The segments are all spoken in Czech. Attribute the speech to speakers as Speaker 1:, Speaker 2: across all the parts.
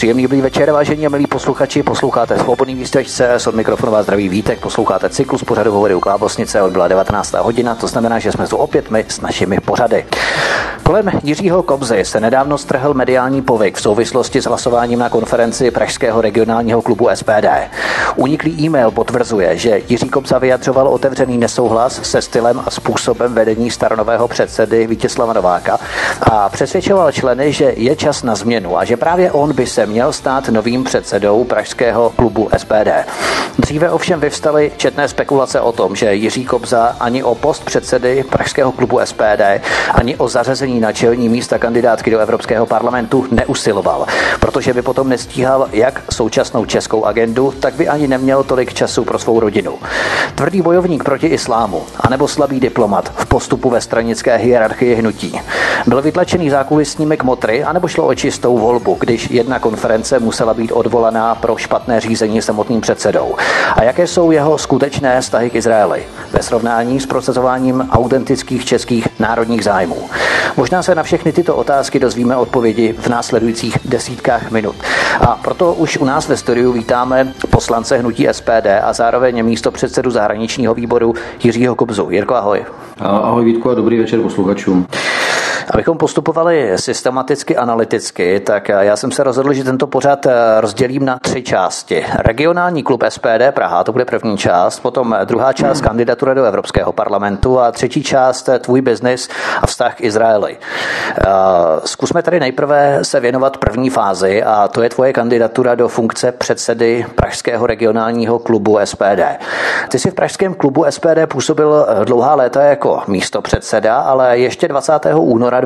Speaker 1: Příjemný dobrý večer, vážení a milí posluchači, posloucháte Svobodný vysílač, od mikrofonu vás zdraví Vítek, posloucháte cyklus pořadu Hovory u Klábosnice, byla 19. hodina, to znamená, že jsme tu opět my s našimi pořady. Kolem Jiřího Kobzy se nedávno strhl mediální povyk v souvislosti s hlasováním na konferenci pražského regionálního klubu SPD. Uniklý e-mail potvrzuje, že Jiří Kobza vyjadřoval otevřený nesouhlas se stylem a způsobem vedení staronového předsedy Vítězslava Nováka a přesvědčoval členy, že je čas na změnu a že právě on by se měl stát novým předsedou pražského klubu SPD. Dříve ovšem vyvstaly četné spekulace o tom, že Jiří Kobza ani o post předsedy pražského klubu SPD, ani o zařazení na čelní místa kandidátky do Evropského parlamentu neusiloval, protože by potom nestíhal jak současnou českou agendu, tak by ani neměl tolik času pro svou rodinu. Tvrdý bojovník proti islámu, anebo slabý diplomat v postupu ve stranické hierarchii hnutí. Byl vytlačený zákulisními kmotry, anebo šlo o čistou volbu, když jedna konference musela být odvolaná pro špatné řízení samotným předsedou. A jaké jsou jeho skutečné vztahy k Izraeli ve srovnání s procesováním autentických českých národních zájmů? Možná se na všechny tyto otázky dozvíme odpovědi v následujících desítkách minut. A proto už u nás ve studiu vítáme poslance hnutí SPD a zároveň místopředsedu zahraničního výboru Jiřího Kobzu. Jirko, ahoj.
Speaker 2: Ahoj Vítku a dobrý večer posluchačům.
Speaker 1: Abychom postupovali systematicky, analyticky, tak já jsem se rozhodl, že tento pořad rozdělím na 3 části. Regionální klub SPD Praha, to bude první část, potom druhá část kandidatura do Evropského parlamentu a třetí část tvůj biznis a vztah k Izraeli. Zkusme tady nejprve se věnovat první fázi a to je tvoje kandidatura do funkce předsedy pražského regionálního klubu SPD. Ty jsi v pražském klubu SPD působil dlouhá léta jako místopředseda, ale ještě 20. února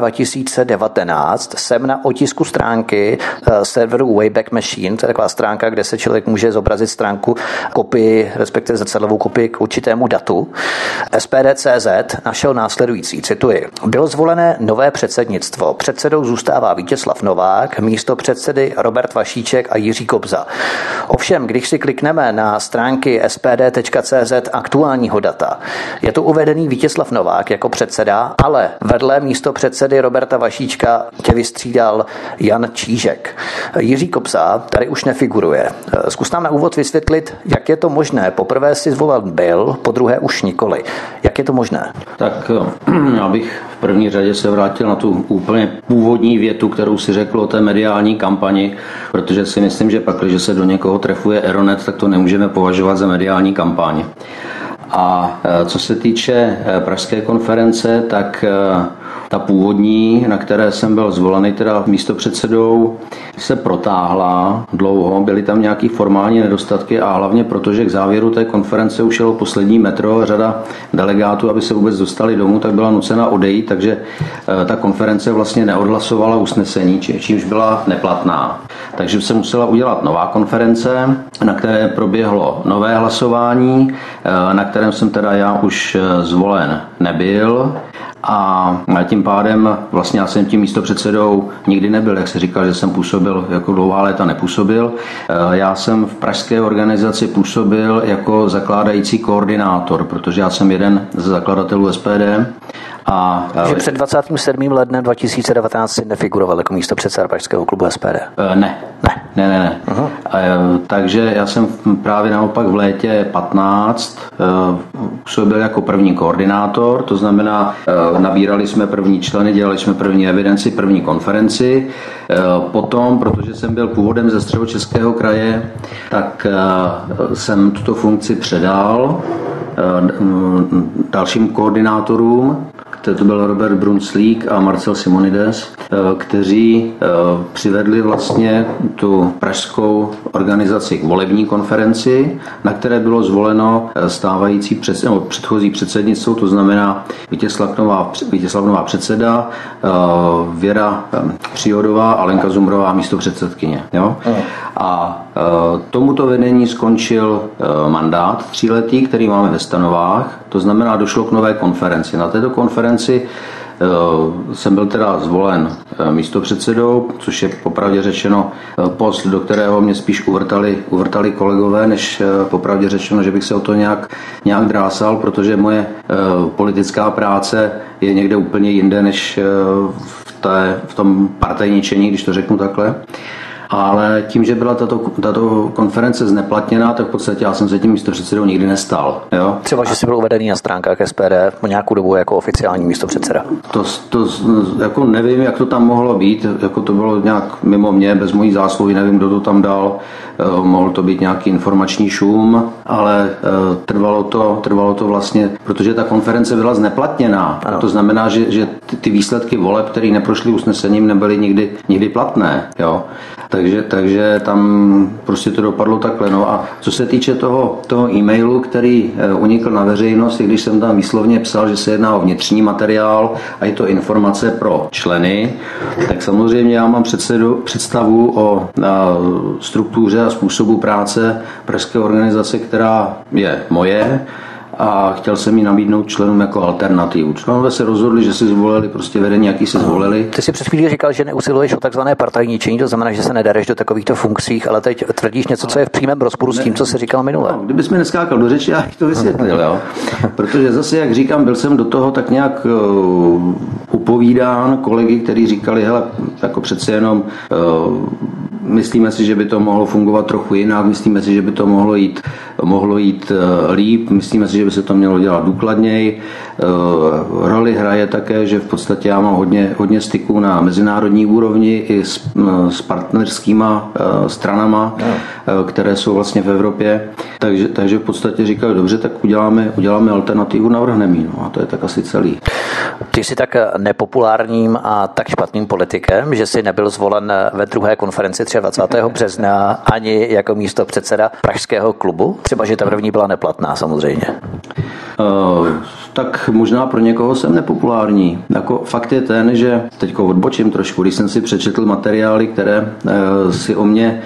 Speaker 1: 2019 jsem na otisku stránky serveru Wayback Machine, to je taková stránka, kde se člověk může zobrazit stránku kopii, respektive zrcadlovou kopii k určitému datu, SPD.cz našel následující, cituji. Bylo zvolené nové předsednictvo. Předsedou zůstává Vítězslav Novák, místo předsedy Robert Vašíček a Jiří Kobza. Ovšem, když si klikneme na stránky spd.cz aktuálního data, je tu uvedený Vítězslav Novák jako předseda, ale vedle místo předsedy Roberta Vašíčka tě vystřídal Jan Čížek. Jiří Kobza tady už nefiguruje. Zkus nám na úvod vysvětlit, jak je to možné. Poprvé si zvolen byl, po druhé už nikoli. Jak je to možné?
Speaker 2: Tak já bych v první řadě se vrátil na tu úplně původní větu, kterou si řekl o té mediální kampani, protože si myslím, že pak, když se do někoho trefuje Eronet, tak to nemůžeme považovat za mediální kampaň. A co se týče pražské konference, tak ta původní, na které jsem byl zvolený teda místopředsedou, se protáhla dlouho, byly tam nějaké formální nedostatky a hlavně protože k závěru té konference už šel poslední metro, řada delegátů, aby se vůbec dostali domů, tak byla nucena odejít, takže ta konference vlastně neodhlasovala usnesení, čímž byla neplatná. Takže se musela udělat nová konference, na které proběhlo nové hlasování, na kterém jsem teda já už zvolen nebyl. A tím pádem vlastně já jsem tím místopředsedou nikdy nebyl, jak se říkal, že jsem působil, jako dlouhá léta nepůsobil. Já jsem v pražské organizaci působil jako zakládající koordinátor, protože já jsem jeden ze zakladatelů SPD.
Speaker 1: Takže před 27. lednem 2019 si nefiguroval jako místopředseda pražského klubu SPD?
Speaker 2: Ne. Takže já jsem právě naopak v létě 15 působil jako první koordinátor, to znamená, nabírali jsme první členy, dělali jsme první evidenci, první konferenci. Potom, protože jsem byl původem ze Středočeského kraje, tak jsem tuto funkci předal dalším koordinátorům, to byl Robert Brunslík a Marcel Simonides, kteří přivedli vlastně tu pražskou organizaci k volební konferenci, na které bylo zvoleno předchozí předsednictvo, to znamená Vítězslav Nová předseda, Věra Příhodová a Lenka Zumrová místopředsedkyně. Jo? A tomuto vedení skončil mandát 3letý, který máme ve Stanovách, to znamená, došlo k nové konferenci. Na této konferenci jsem byl teda zvolen místopředsedou, což je popravdě řečeno post, do kterého mě spíš uvrtali kolegové, než popravdě řečeno, že bych se o to nějak drásal, protože moje politická práce je někde úplně jinde, než v tom partajničení, když to řeknu takhle. ale tím, že byla tato konference zneplatněná, tak v podstatě já jsem se tím místopředsedou nikdy nestal. Jo?
Speaker 1: Třeba, že jsi byl uvedený na stránkách SPD po nějakou dobu jako oficiální místopředseda.
Speaker 2: To jako nevím, jak to tam mohlo být, jako to bylo nějak mimo mě, bez mojí zásluhy, nevím, kdo to tam dal. Mohl to být nějaký informační šum, ale trvalo to vlastně, protože ta konference byla zneplatněná. Ano. To znamená, že ty výsledky voleb, které neprošly usnesením, nebyly nikdy platné. Jo? Takže tam prostě to dopadlo takhle. No a co se týče toho e-mailu, který unikl na veřejnost, i když jsem tam výslovně psal, že se jedná o vnitřní materiál a je to informace pro členy, tak samozřejmě já mám představu o struktuře a způsobu práce pražské organizace, která je moje, a chtěl jsem ji nabídnout členům jako alternativu. Členové se rozhodli, že si zvolili prostě vedení, jaký si zvolili.
Speaker 1: Ty si před chvílí říkal, že neusiluješ o takzvané partajničení, to znamená, že se nedareš do takovýchto funkcích, ale teď tvrdíš něco, co je v přímém rozporu s tím, co jsi říkal minule.
Speaker 2: No, kdybys mi neskákal do řeči, já bych to vysvětlil, jo. Protože zase, jak říkám, byl jsem do toho tak nějak upovídán kolegy, kteří říkali, hele, jako přece jenom myslíme si, že by to mohlo fungovat trochu jinak, myslíme si, že by to mohlo jít líp, myslíme si, že by se to mělo dělat důkladněji. Roli hraje také, že v podstatě já mám hodně styků na mezinárodní úrovni i s partnerskýma stranama, které jsou vlastně v Evropě. Takže v podstatě říkali, dobře, tak uděláme alternativu, navrhneme ji. No a to je tak asi celý.
Speaker 1: Ty jsi tak nepopulárním a tak špatným politikem, že jsi nebyl zvolen ve druhé konferenci 23. března ani jako místopředseda pražského klubu? Třeba, že ta první byla neplatná samozřejmě.
Speaker 2: Tak možná pro někoho jsem nepopulární. Jako fakt je ten, že teďko odbočím trošku, když jsem si přečetl materiály, které si o mě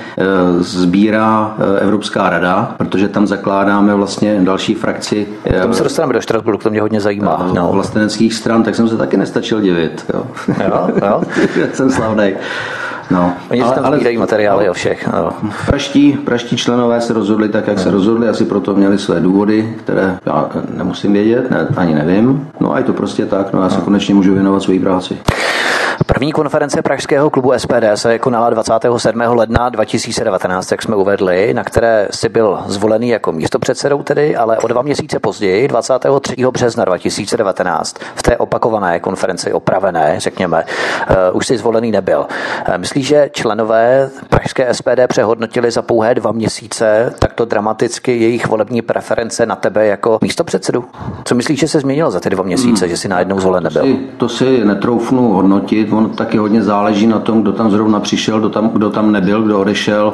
Speaker 2: sbírá Evropská rada, protože tam zakládáme vlastně další frakci.
Speaker 1: K tomu se dostaneme do Štrasburku, to mě hodně zajímá.
Speaker 2: Vlasteneckých stran, tak jsem se taky nestačil divit. Jo. Jsem slavnej. No,
Speaker 1: oni si tam vydají materiály o všech. No.
Speaker 2: Praští členové se rozhodli tak, jak se rozhodli, asi proto měli své důvody, které já nemusím vědět, ani nevím. No a je to prostě tak, no já se konečně můžu věnovat své práci.
Speaker 1: První konference pražského klubu SPD se konala 27. ledna 2019, jak jsme uvedli, na které si byl zvolený jako místopředsedou tedy, ale o 2 měsíce později, 23. března 2019, v té opakované konferenci, opravené, řekněme, už si zvolený nebyl. Myslíš, že členové pražské SPD přehodnotili za pouhé 2 měsíce takto dramaticky jejich volební preference na tebe jako místopředsedu? Co myslíš, že se změnilo za ty 2 měsíce, že si najednou zvolen nebyl?
Speaker 2: To si netroufnu hodnotit. On taky hodně záleží na tom, kdo tam zrovna přišel, kdo tam nebyl, kdo odešel,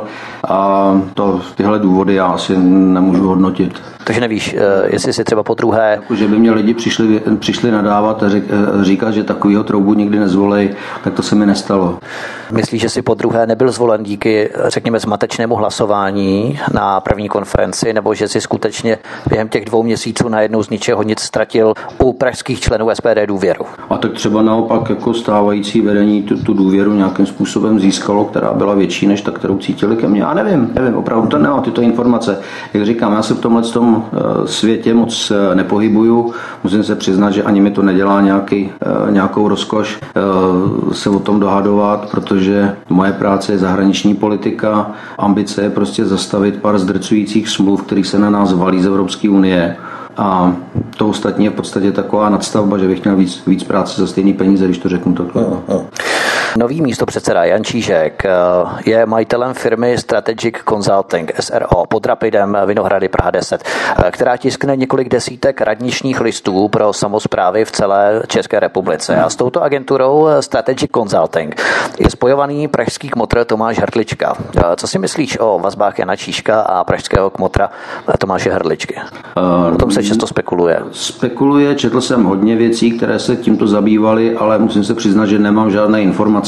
Speaker 2: a tyhle důvody já asi nemůžu hodnotit.
Speaker 1: Takže nevíš, jestli si třeba po druhé...
Speaker 2: Jako, že by mě lidi přišli nadávat a říkat, že takovýho troubu nikdy nezvolej, tak to se mi nestalo.
Speaker 1: Myslíš, že si po druhé nebyl zvolen díky, řekněme, zmatečnému hlasování na první konferenci, nebo že si skutečně během těch 2 měsíců najednou z ničeho nic ztratil u pražských členů SPD důvěru?
Speaker 2: A tak třeba naopak jako stávající vedení tu důvěru nějakým způsobem získalo, která byla větší než ta, kterou cítili ke mně. Já nevím, opravdu to nemám tyto informace. Jak říkám, já se v tomhle světě moc nepohybuju. Musím se přiznat, že ani mi to nedělá nějakou rozkoš se o tom dohadovat, protože moje práce je zahraniční politika. Ambice je prostě zastavit pár zdrcujících smluv, které se na nás valí z Evropské unie. A to ostatní je v podstatě taková nadstavba, že bych měl víc práce za stejný peníze, když to řeknu takhle.
Speaker 1: Nový místopředseda Jan Čížek je majitelem firmy Strategic Consulting SRO pod Rapidem Vinohrady Praha 10, která tiskne několik desítek radničních listů pro samosprávy v celé České republice. A s touto agenturou Strategic Consulting je spojovaný pražský kmotr Tomáš Hrdlička. Co si myslíš o vazbách Jana Čížka a pražského kmotra Tomáše Hrdličky? O tom se často spekuluje.
Speaker 2: Četl jsem hodně věcí, které se tímto zabývaly, ale musím se přiznat, že nemám žádné informace.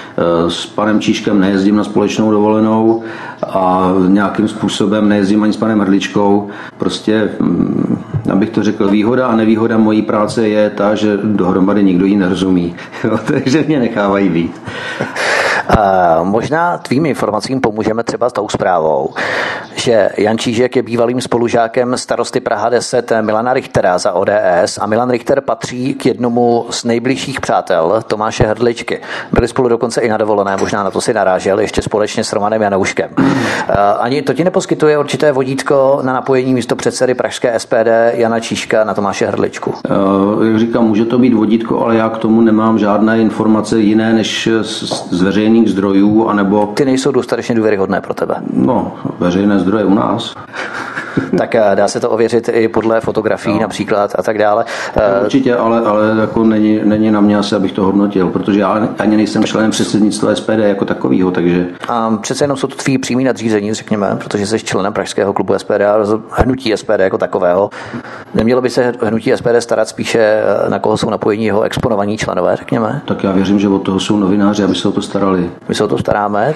Speaker 2: S panem Čížkem nejezdím na společnou dovolenou a nějakým způsobem nejezdím ani s panem Hrdličkou. Prostě, abych to řekl, výhoda a nevýhoda mojí práce je ta, že dohromady nikdo jí nerozumí. Takže mě nechávají být.
Speaker 1: Možná tvým informacím pomůžeme třeba s tou zprávou, že Jan Čížek je bývalým spolužákem starosty Praha 10 Milana Richtera za ODS a Milan Richter patří k jednomu z nejbližších přátel Tomáše Hrdličky. Byli spolu dokonce i na dovolené, možná na to si narážel, ještě společně s Romanem Janouškem. Ani to ti neposkytuje určité vodítko na napojení místopředsedy pražské SPD Jana Čížka na Tomáše Hrdličku?
Speaker 2: Jak říkám, může to být vodítko, ale já k tomu nemám žádné informace jiné než z veřejných zdrojů, anebo...
Speaker 1: Ty nejsou dostatečně důvěryhodné pro tebe.
Speaker 2: No, veřejné zdroje u nás.
Speaker 1: Tak dá se to ověřit i podle fotografií například a tak dále.
Speaker 2: Určitě, ale jako není na mě asi, abych to hodnotil, protože já ani nejsem členem předsednictva SPD jako takového, takže...
Speaker 1: A přece jenom jsou to tvý přímý nadřízení, řekněme, protože jsi členem pražského klubu SPD a hnutí SPD jako takového. Nemělo by se hnutí SPD starat spíše, na koho jsou napojení jeho exponovaní členové, řekněme?
Speaker 2: Tak já věřím, že od toho jsou novináři, aby se o to starali.
Speaker 1: My se o to staráme.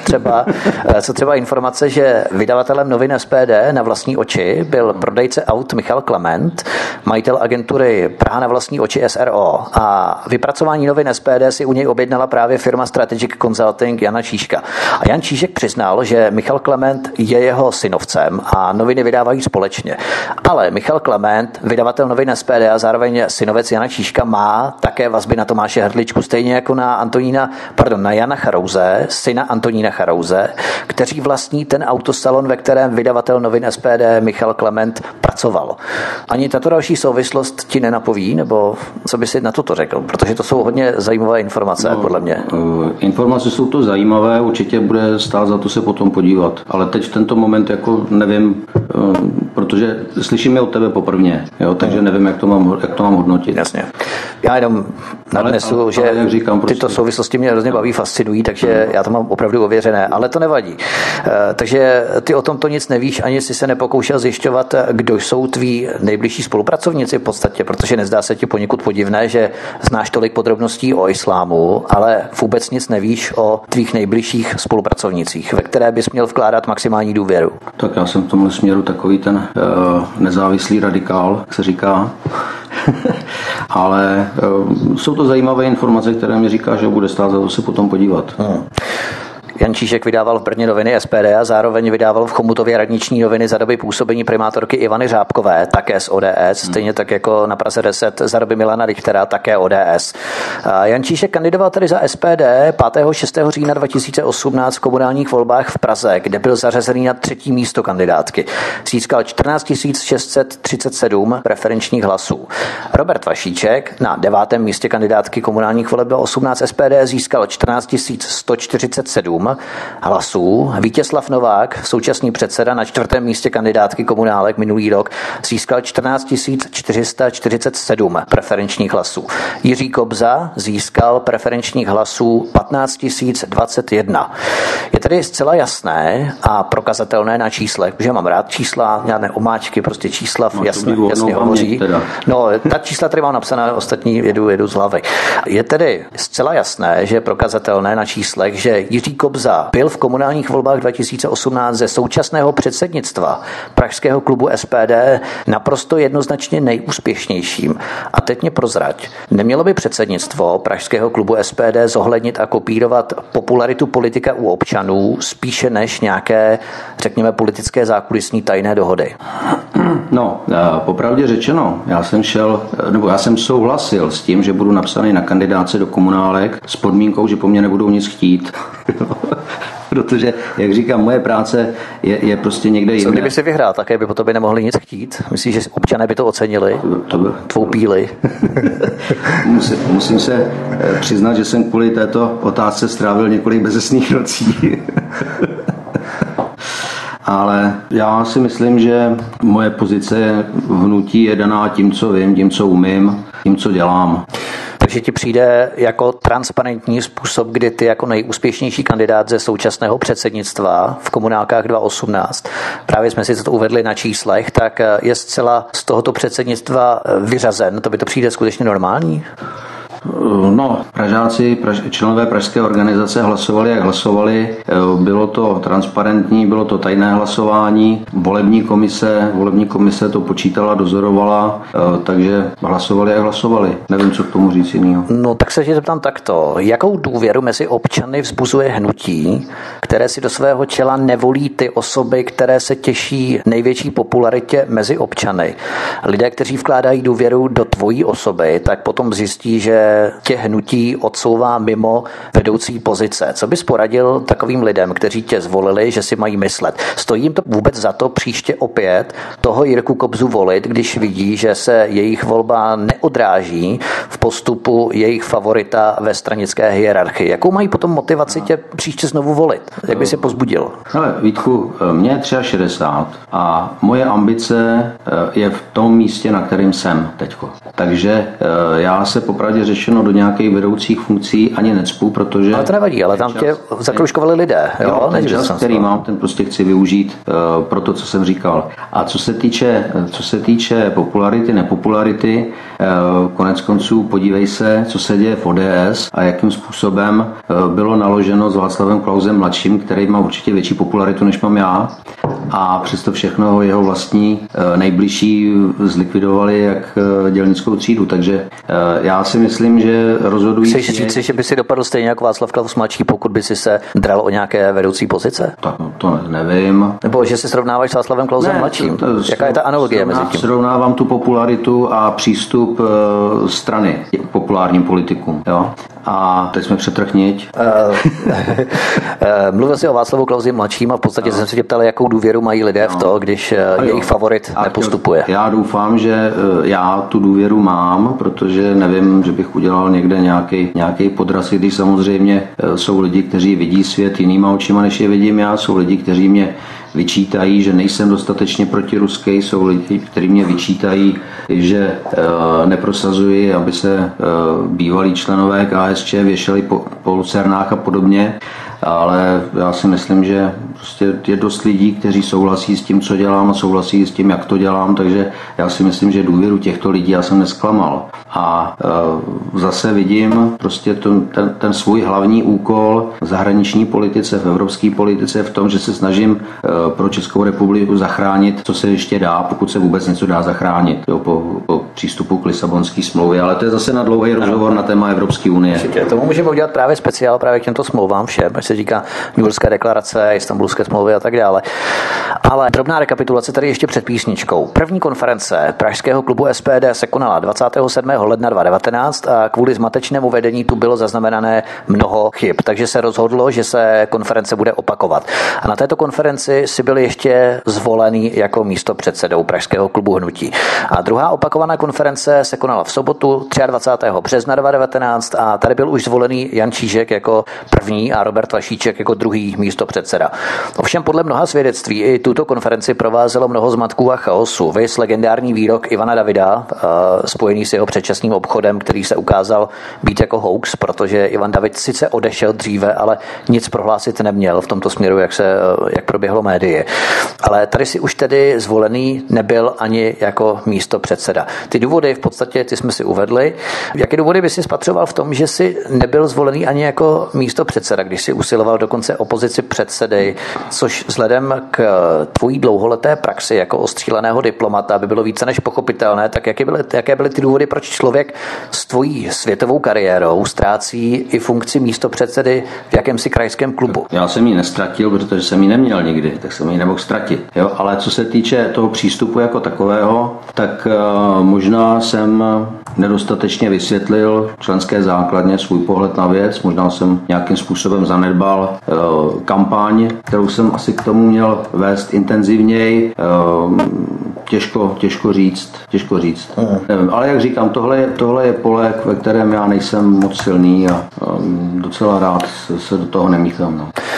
Speaker 1: Třeba informace, že vydavatelem novin SPD na vlastní oči byl prodejce aut Michal Klement, majitel agentury Praha na vlastní oči SRO, a vypracování novin SPD si u něj objednala právě firma Strategic Consulting Jana Čížka. A Jan Čížek přiznal, že Michal Klement je jeho synovcem a noviny vydávají společně. Ale Michal Klement, vydavatel novin SPD a zároveň synovec Jana Čížka, má také vazby na Tomáše Hrdličku, stejně jako na Jana Charouze, syna Antonína Charouze, kteří vlastní ten autosalon, ve kterém vydavatel novin SPD Michal Klement pracoval. Ani tato další souvislost ti nenapoví, nebo co by si na toto řekl? Protože to jsou hodně zajímavé informace, podle mě.
Speaker 2: Informace jsou to zajímavé, určitě bude stát za to se potom podívat. Ale teď v tento moment jako nevím, protože slyším je od tebe poprvně, jo, takže nevím, jak to mám hodnotit.
Speaker 1: Jasně. Já jenom nadnesu, že
Speaker 2: říkám, prostě
Speaker 1: tyto souvislosti mě hrozně baví, fascinují, takže já to mám opravdu ověřené, ale to nevadí. Takže ty o tomto nic nevíš, ani si se nepokoušel zjišťovat, kdo jsou tví nejbližší spolupracovníci v podstatě, protože nezdá se ti poněkud podivné, že znáš tolik podrobností o islámu, ale vůbec nic nevíš o tvých nejbližších spolupracovnicích, ve které bys měl vkládat maximální důvěru.
Speaker 2: Tak já jsem v tomhle směru takový ten nezávislý radikál, jak se říká. Ale jsou to zajímavé informace, které mi říká, že bude stát za to se potom podívat.
Speaker 1: Jan Čížek vydával v Brně noviny SPD a zároveň vydával v Chomutově radniční noviny za doby působení primátorky Ivany Řábkové, také z ODS, stejně tak jako na Praze 10 za doby Milana Richtera, také ODS. Jan Čížek kandidoval tedy za SPD 5. 6. října 2018 v komunálních volbách v Praze, kde byl zařazený na 3. místo kandidátky. Získal 14 637 preferenčních hlasů. Robert Vašíček na 9. místě kandidátky komunálních voleb 18 SPD získal 14 147 hlasů. Vítězslav Novák, současný předseda, na 4. místě kandidátky komunálek minulý rok získal 14 447 preferenčních hlasů. Jiří Kobza získal preferenčních hlasů 15 021. Je tedy zcela jasné a prokazatelné na číslech, protože mám rád čísla, žádné omáčky, prostě čísla jasně hovoří. No, ta čísla tady mám napsaná, ostatní jedu z hlavy. Je tedy zcela jasné, že je prokazatelné na číslech, že Jiří Kobza byl v komunálních volbách 2018 ze současného předsednictva pražského klubu SPD naprosto jednoznačně nejúspěšnějším. A teď mě prozrať. Nemělo by předsednictvo pražského klubu SPD zohlednit a kopírovat popularitu politika u občanů spíše než nějaké, řekněme, politické zákulisní tajné dohody?
Speaker 2: No, popravdě řečeno, já jsem souhlasil s tím, že budu napsaný na kandidáce do komunálek s podmínkou, že po mně nebudou nic chtít. Protože, jak říkám, moje práce je prostě někde jinde.
Speaker 1: Co kdyby si vyhrál, také by po tobě nemohli nic chtít? Myslíš, že občané by to ocenili? Tvou píli?
Speaker 2: Musím se přiznat, že jsem kvůli této otázce strávil několik bezesných nocí. Ale já si myslím, že moje pozice v hnutí je daná tím, co vím, tím, co umím, tím, co dělám.
Speaker 1: Takže ti přijde jako transparentní způsob, kdy ty jako nejúspěšnější kandidát ze současného předsednictva v komunálkách 2018, právě jsme si to uvedli na číslech, tak je zcela z tohoto předsednictva vyřazen. To by to přijde skutečně normální?
Speaker 2: No, Pražáci, členové pražské organizace hlasovali, jak hlasovali. Bylo to transparentní, bylo to tajné hlasování. Volební komise to počítala, dozorovala, takže hlasovali, jak hlasovali. Nevím, co k tomu říct jinýho.
Speaker 1: No, tak se tě zeptám takto. Jakou důvěru mezi občany vzbuzuje hnutí, které si do svého čela nevolí ty osoby, které se těší největší popularitě mezi občany? Lidé, kteří vkládají důvěru do tvojí osoby, tak potom zjistí, že tě hnutí odsouvá mimo vedoucí pozice. Co bys poradil takovým lidem, kteří tě zvolili, že si mají myslet? Stojí jim to vůbec za to příště opět toho Jirku Kobzu volit, když vidí, že se jejich volba neodráží v postupu jejich favorita ve stranické hierarchii? Jakou mají potom motivaci tě příště znovu volit? Jak by se pozbudil?
Speaker 2: Hele, Vítku, mě je 63 a moje ambice je v tom místě, na kterým jsem teďko. Takže já se popravdě řečeno do nějakých vedoucích funkcí ani necpu, protože...
Speaker 1: Ale to nevadí, ale tam tě zakroužkovali lidé.
Speaker 2: Jo, ten čas, který mám, ten prostě chci využít pro to, co jsem říkal. A co se týče popularity, nepopularity, konec konců podívej se, co se děje v ODS a jakým způsobem bylo naloženo s Václavem Klausem mladším, který má určitě větší popularitu, než mám já. A přesto všechno jeho vlastní nejbližší zlikvidovali jak dělnickou třídu. Takže já si myslím, že rozhodující...
Speaker 1: Chceš říct, že by si dopadl stejně jako Václav Klaus mladší, pokud by si se dral o nějaké vedoucí pozice?
Speaker 2: Tak to nevím.
Speaker 1: Nebo že si srovnáváš s Václavem Klausem mladším? Jaká je ta analogie mezi tím?
Speaker 2: Srovnávám tu popularitu a přístup strany k populárním politikům. Jo? A teď jsme přetrhniť.
Speaker 1: Mluvil jsi o Václavu Klausi mladším a v podstatě jsem se tě ptal, jakou důvěru mají lidé v to, když jejich favorit nepostupuje.
Speaker 2: Já doufám, že já tu důvěru mám, protože nevím, že bych udělal někde nějaký podraz, když samozřejmě jsou lidi, kteří vidí svět jinýma očima, než je vidím já. Jsou lidi, kteří mě vyčítají, že nejsem dostatečně protiruský, jsou lidi, kteří mě vyčítají, že neprosazuji, aby se bývalí členové KSČ věšeli po lucernách a podobně. Ale já si myslím, že prostě je dost lidí, kteří souhlasí s tím, co dělám a souhlasí s tím, jak to dělám, takže já si myslím, že důvěru těchto lidí já jsem nesklamal. A zase vidím prostě ten svůj hlavní úkol v zahraniční politice, v evropské politice v tom, že se snažím pro Českou republiku zachránit, co se ještě dá, pokud se vůbec něco dá zachránit, jo, po přístupu k Lisabonské smlouvě, ale to je zase na dlouhý rozhovor na téma Evropské unie.
Speaker 1: Tomu můžeme udělat právě speciál právě k těmto smlouvám všem, až se říká Newyorské deklarace, Istanbulské smlouvy a tak dále. Ale drobná rekapitulace tady ještě před písničkou. První konference pražského klubu SPD se konala 27. ledna 2019 a kvůli zmatečnému vedení tu bylo zaznamenané mnoho chyb, takže se rozhodlo, že se konference bude opakovat. A na této konferenci si byl ještě zvolený jako místopředsedou pražského klubu hnutí. A druhá opakovaná konference se konala v sobotu 23. března 2019 a tady byl už zvolený Jan Čížek jako první a Robert Vašíček jako druhý místopředseda. Ovšem podle mnoha svědectví i tuto konferenci provázelo mnoho zmatků a chaosu. Viz legendární výrok Ivana Davida, spojený s jeho předčasným obchodem, který se ukázal být jako hoax, protože Ivan David sice odešel dříve, ale nic prohlásit neměl v tomto směru, jak proběhlo médii. Ale tady si už tedy zvolený nebyl ani jako místopředseda. Ty důvody v podstatě ty jsme si uvedli. Jaké důvody by si spatřoval v tom, že si nebyl zvolený ani jako místopředseda, když si usiloval dokonce o pozici předsedy, což vzhledem k tvojí dlouholeté praxi jako ostříleného diplomata by bylo více než pochopitelné, tak jaké byly ty důvody, proč člověk s tvojí světovou kariérou ztrácí i funkci místopředsedy v jakémsi krajském klubu?
Speaker 2: Já jsem ji nestratil, protože jsem ji neměl nikdy, tak jsem ji nemohl ztratit. Jo, ale co se týče toho přístupu jako takového, tak možná jsem nedostatečně vysvětlil členské základně svůj pohled na věc, možná jsem nějakým způsobem zanedbal kampaň, kterou jsem asi k tomu měl vést intenzivněji. Těžko říct. Nevím, ale jak říkám, tohle je pole, ve kterém já nejsem moc silný a docela rád se do toho nemíchám. No.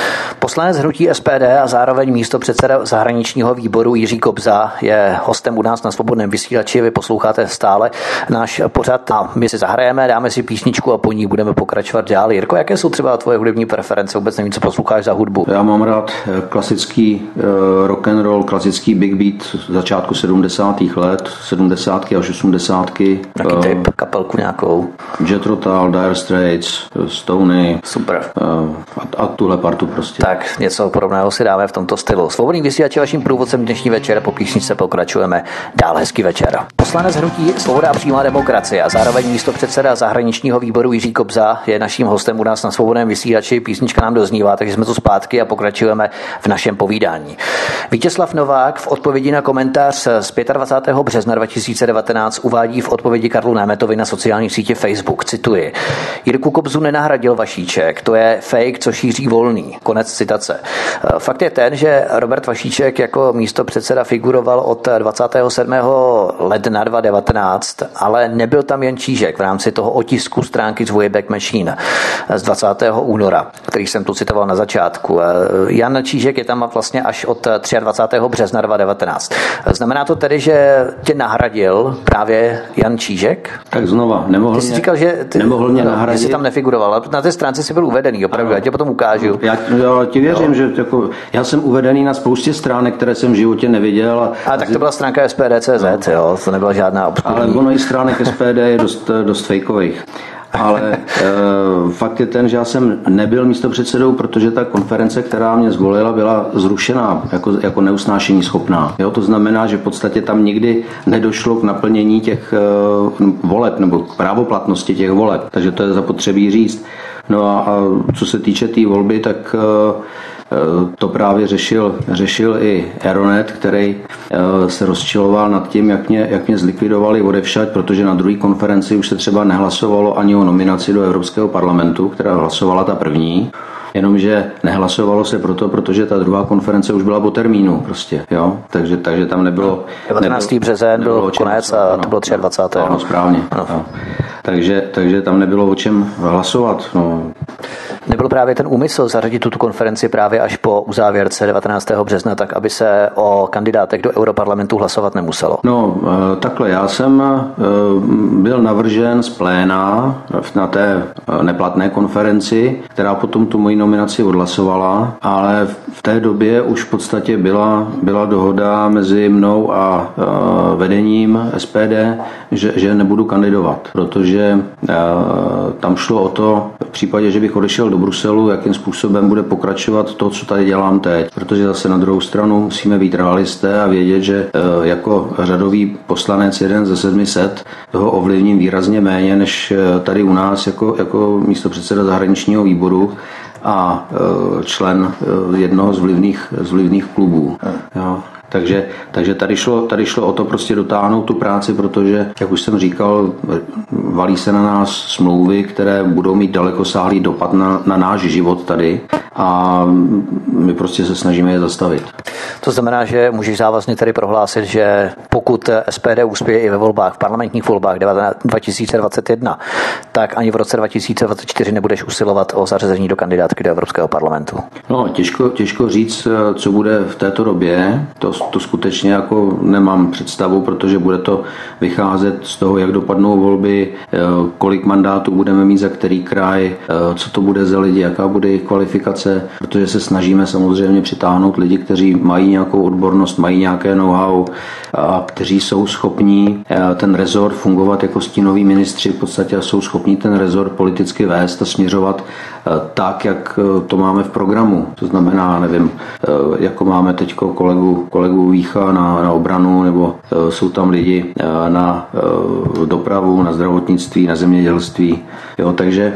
Speaker 1: Poslanec hnutí SPD a zároveň místopředseda zahraničního výboru Jiří Kobza je hostem u nás na Svobodném vysílači. Vy posloucháte stále náš pořad a my si zahrajeme, dáme si písničku a po ní budeme pokračovat dál. Jirko, jaké jsou třeba tvoje hudební preference? Vůbec nevím, co posloucháš za hudbu.
Speaker 2: Já mám rád klasický rock and roll, klasický big beat začátku 70. let, 70. až 80.
Speaker 1: Jaký typ? Kapelku nějakou?
Speaker 2: Jethro Tull, Dire Straits, Stony.
Speaker 1: Super.
Speaker 2: A tuhle partu prostě.
Speaker 1: Tak něco podobného si dáme v tomto stylu. Svobodný vysílač je vaším průvodcem dnešní večer, po písničce pokračujeme dál. Hezký večer. Poslanec hnutí Svoboda a přímá demokracie a zároveň místopředseda zahraničního výboru Jiří Kobza je naším hostem u nás na Svobodném vysílači. Písnička nám doznívá, takže jsme tu zpátky a pokračujeme v našem povídání. Vítězslav Novák v odpovědi na komentář z 25. března 2019 uvádí v odpovědi Karlu Németovi na sociální síti Facebook, cituji: Jirku Kobzu nenahradil Vašíček, to je fake, co šíří Volný. Konec citace. Fakt je ten, že Robert Vašíček jako místopředseda figuroval od 27. ledna 2019, ale nebyl tam Jan Čížek v rámci toho otisku stránky z Wayback Machine z 20. února, který jsem tu citoval na začátku. Jan Čížek je tam vlastně až od 23. března 2019. Znamená to tedy, že tě nahradil právě Jan Čížek?
Speaker 2: Tak znova, nemohl mě nahradit.
Speaker 1: Jsi tam nefiguroval, ale na té stránce jsi byl uvedený, opravdu, já tě potom ukážu.
Speaker 2: Já ti věřím, že jako, já jsem uvedený na spoustě stránek, které jsem v životě neviděl.
Speaker 1: A tak to byla stránka SPD.cz, jo, to nebyla žádná obskurní.
Speaker 2: Ale ono i stránek SPD je dost fejkových. Ale fakt je ten, že já jsem nebyl místopředsedou, protože ta konference, která mě zvolila, byla zrušená jako neusnášení schopná. Jo, to znamená, že v podstatě tam nikdy nedošlo k naplnění těch voleb nebo k právoplatnosti těch voleb. Takže to je zapotřebí říct. No a co se týče té volby, tak to právě řešil i Aeronet, který se rozčiloval nad tím, jak mě zlikvidovali odevšať, protože na druhé konferenci už se třeba nehlasovalo ani o nominaci do Evropského parlamentu, která hlasovala ta první. Jenomže nehlasovalo se protože ta druhá konference už byla po termínu prostě, jo, takže tam nebylo...
Speaker 1: 19. březen byl konec a to bylo 23.
Speaker 2: Ano, správně. Ano. Takže tam nebylo o čem hlasovat, no.
Speaker 1: Nebyl právě ten úmysl zařadit tuto konferenci právě až po uzávěrce 19. března, tak aby se o kandidátech do Europarlamentu hlasovat nemuselo?
Speaker 2: No, takhle, já jsem byl navržen z pléna na té neplatné konferenci, která potom tu moji nominaci odhlasovala, ale v té době už v podstatě byla dohoda mezi mnou a vedením SPD, že nebudu kandidovat, protože tam šlo o to, v případě, že bych odešel do Bruselu, jakým způsobem bude pokračovat to, co tady dělám teď. Protože zase na druhou stranu musíme být realisté a vědět, že jako řadový poslanec 1 ze 700 toho ovlivním výrazně méně než tady u nás jako místopředseda zahraničního výboru a člen jednoho z vlivných klubů. Jo. Takže tady šlo o to prostě dotáhnout tu práci, protože, jak už jsem říkal, valí se na nás smlouvy, které budou mít dalekosáhlý dopad na náš život tady a my prostě se snažíme je zastavit.
Speaker 1: To znamená, že můžeš závazně tady prohlásit, že pokud SPD uspěje i ve volbách, v parlamentních volbách 2021, tak ani v roce 2024 nebudeš usilovat o zařazení do kandidátky do Evropského parlamentu.
Speaker 2: No, těžko říct, co bude v této době. To skutečně jako nemám představu, protože bude to vycházet z toho, jak dopadnou volby, kolik mandátů budeme mít za který kraj, co to bude za lidi, jaká bude jejich kvalifikace, protože se snažíme samozřejmě přitáhnout lidi, kteří mají nějakou odbornost, mají nějaké know-how a kteří jsou schopní ten rezort fungovat jako stínoví ministři v podstatě a jsou schopní ten rezort politicky vést a směřovat tak, jak to máme v programu. To znamená, nevím, jako máme teď kolegu Vícha na obranu, nebo jsou tam lidi na dopravu, na zdravotnictví, na zemědělství, jo, takže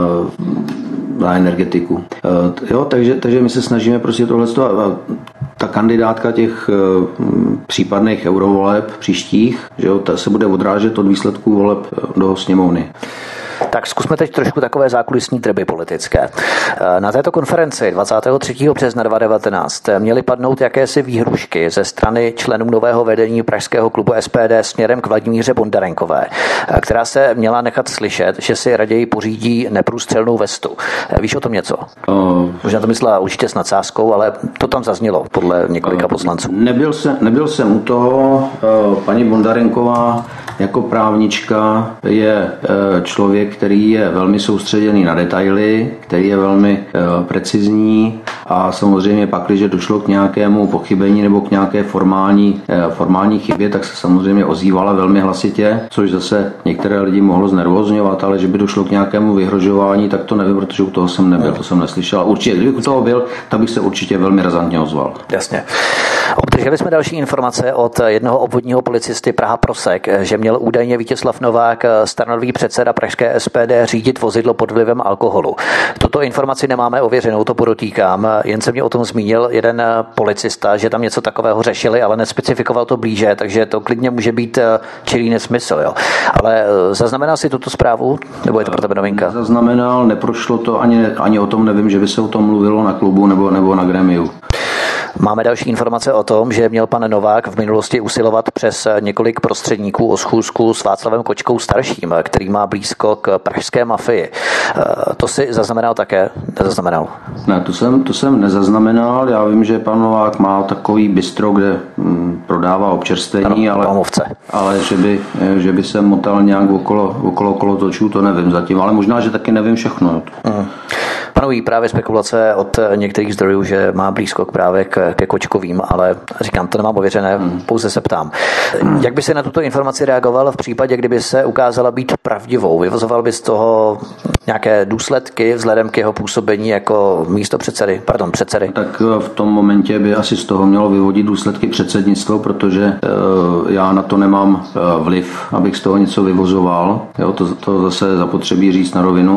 Speaker 2: na energetiku. Jo, takže my se snažíme prostě tohleto a ta kandidátka těch případných eurovoleb příštích, že jo, ta se bude odrážet od výsledků voleb do sněmovny.
Speaker 1: Tak zkusme teď trošku takové zákulisní tryby politické. Na této konferenci 23. března 2019 měly padnout jakési výhrušky ze strany členů nového vedení pražského klubu SPD směrem k Vladimíře Bondarenkové, která se měla nechat slyšet, že si raději pořídí neprůstřelnou vestu. Víš o tom něco? Možná to myslela určitě s nadsázkou, ale to tam zaznělo podle několika poslanců.
Speaker 2: Nebyl jsem u toho. Paní Bondarenková jako právnička je člověk, který je velmi soustředěný na detaily, který je velmi precizní a samozřejmě pak, když došlo k nějakému pochybení nebo k nějaké formální chybě, tak se samozřejmě ozývala velmi hlasitě, což zase některé lidi mohlo znervozňovat, ale že by došlo k nějakému vyhrožování, tak to nevím, protože u toho jsem nebyl, to jsem neslyšel. Určitě, kdybych u toho byl, tak bych se určitě velmi razantně ozval.
Speaker 1: Jasně. Obdrželi jsme další informace od jednoho obvodního policisty Praha Prosek, že měl údajně Vítězslav Novák, staronový předseda pražské SPD, řídit vozidlo pod vlivem alkoholu. Tuto informaci nemáme ověřenou, to podotýkám. Jen se mě o tom zmínil jeden policista, že tam něco takového řešili, ale nespecifikoval to blíže, takže to klidně může být čirý nesmysl. Jo. Ale zaznamenal si tuto zprávu? Nebo je to pro tebe novinka?
Speaker 2: Zaznamenal, neprošlo to, ani o tom nevím, že by se o tom mluvilo na klubu nebo na gremiu.
Speaker 1: Máme další informace o tom, že měl pan Novák v minulosti usilovat přes několik prostředníků o schůzku s Václavem Kočkou starším, který má blízko k pražské mafii. To si zaznamenal také? Nezaznamenal?
Speaker 2: Ne, to jsem nezaznamenal. Já vím, že pan Novák má takový bistro, kde prodává občerstvení, ale že by se motal nějak okolo točů, to nevím zatím. Ale možná, že taky nevím všechno.
Speaker 1: Panují právě spekulace od některých zdrojů, že má blízko právě ke Kočkovým, ale říkám, to nemám ověřené, pouze se ptám. Jak by se na tuto informaci reagoval v případě, kdyby se ukázala být pravdivou? Vyvozoval by z toho nějaké důsledky vzhledem k jeho působení jako předsedy?
Speaker 2: Tak v tom momentě by asi z toho mělo vyvodit důsledky předsednictvo, protože já na to nemám vliv, abych z toho něco vyvozoval. Jo, to zase zapotřebí říct na rovinu.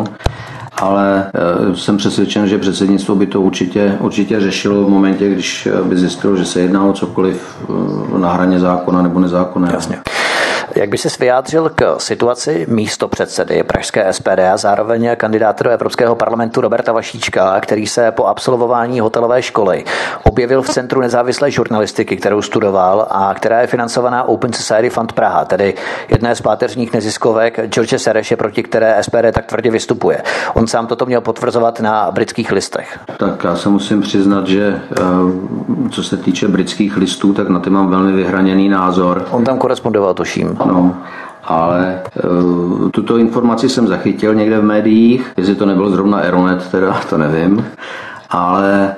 Speaker 2: Ale jsem přesvědčen, že předsednictvo by to určitě řešilo v momentě, když by zjistilo, že se jedná o cokoliv na hraně zákona nebo nezákonného.
Speaker 1: Jasně. Jak by ses vyjádřil k situaci místopředsedy pražské SPD a zároveň kandidáta do Evropského parlamentu Roberta Vašíčka, který se po absolvování hotelové školy objevil v Centru nezávislé žurnalistiky, kterou studoval a která je financovaná Open Society Fund Praha, tedy jedné z páteřních neziskovek George Sereše, proti které SPD tak tvrdě vystupuje. On sám toto měl potvrzovat na Britských listech.
Speaker 2: Tak já se musím přiznat, že co se týče Britských listů, tak na ty mám velmi vyhraněný názor.
Speaker 1: On tam korespondoval, tuším.
Speaker 2: No, ale tuto informaci jsem zachytil někde v médiích, jestli to nebyl zrovna Eronet, teda to nevím, ale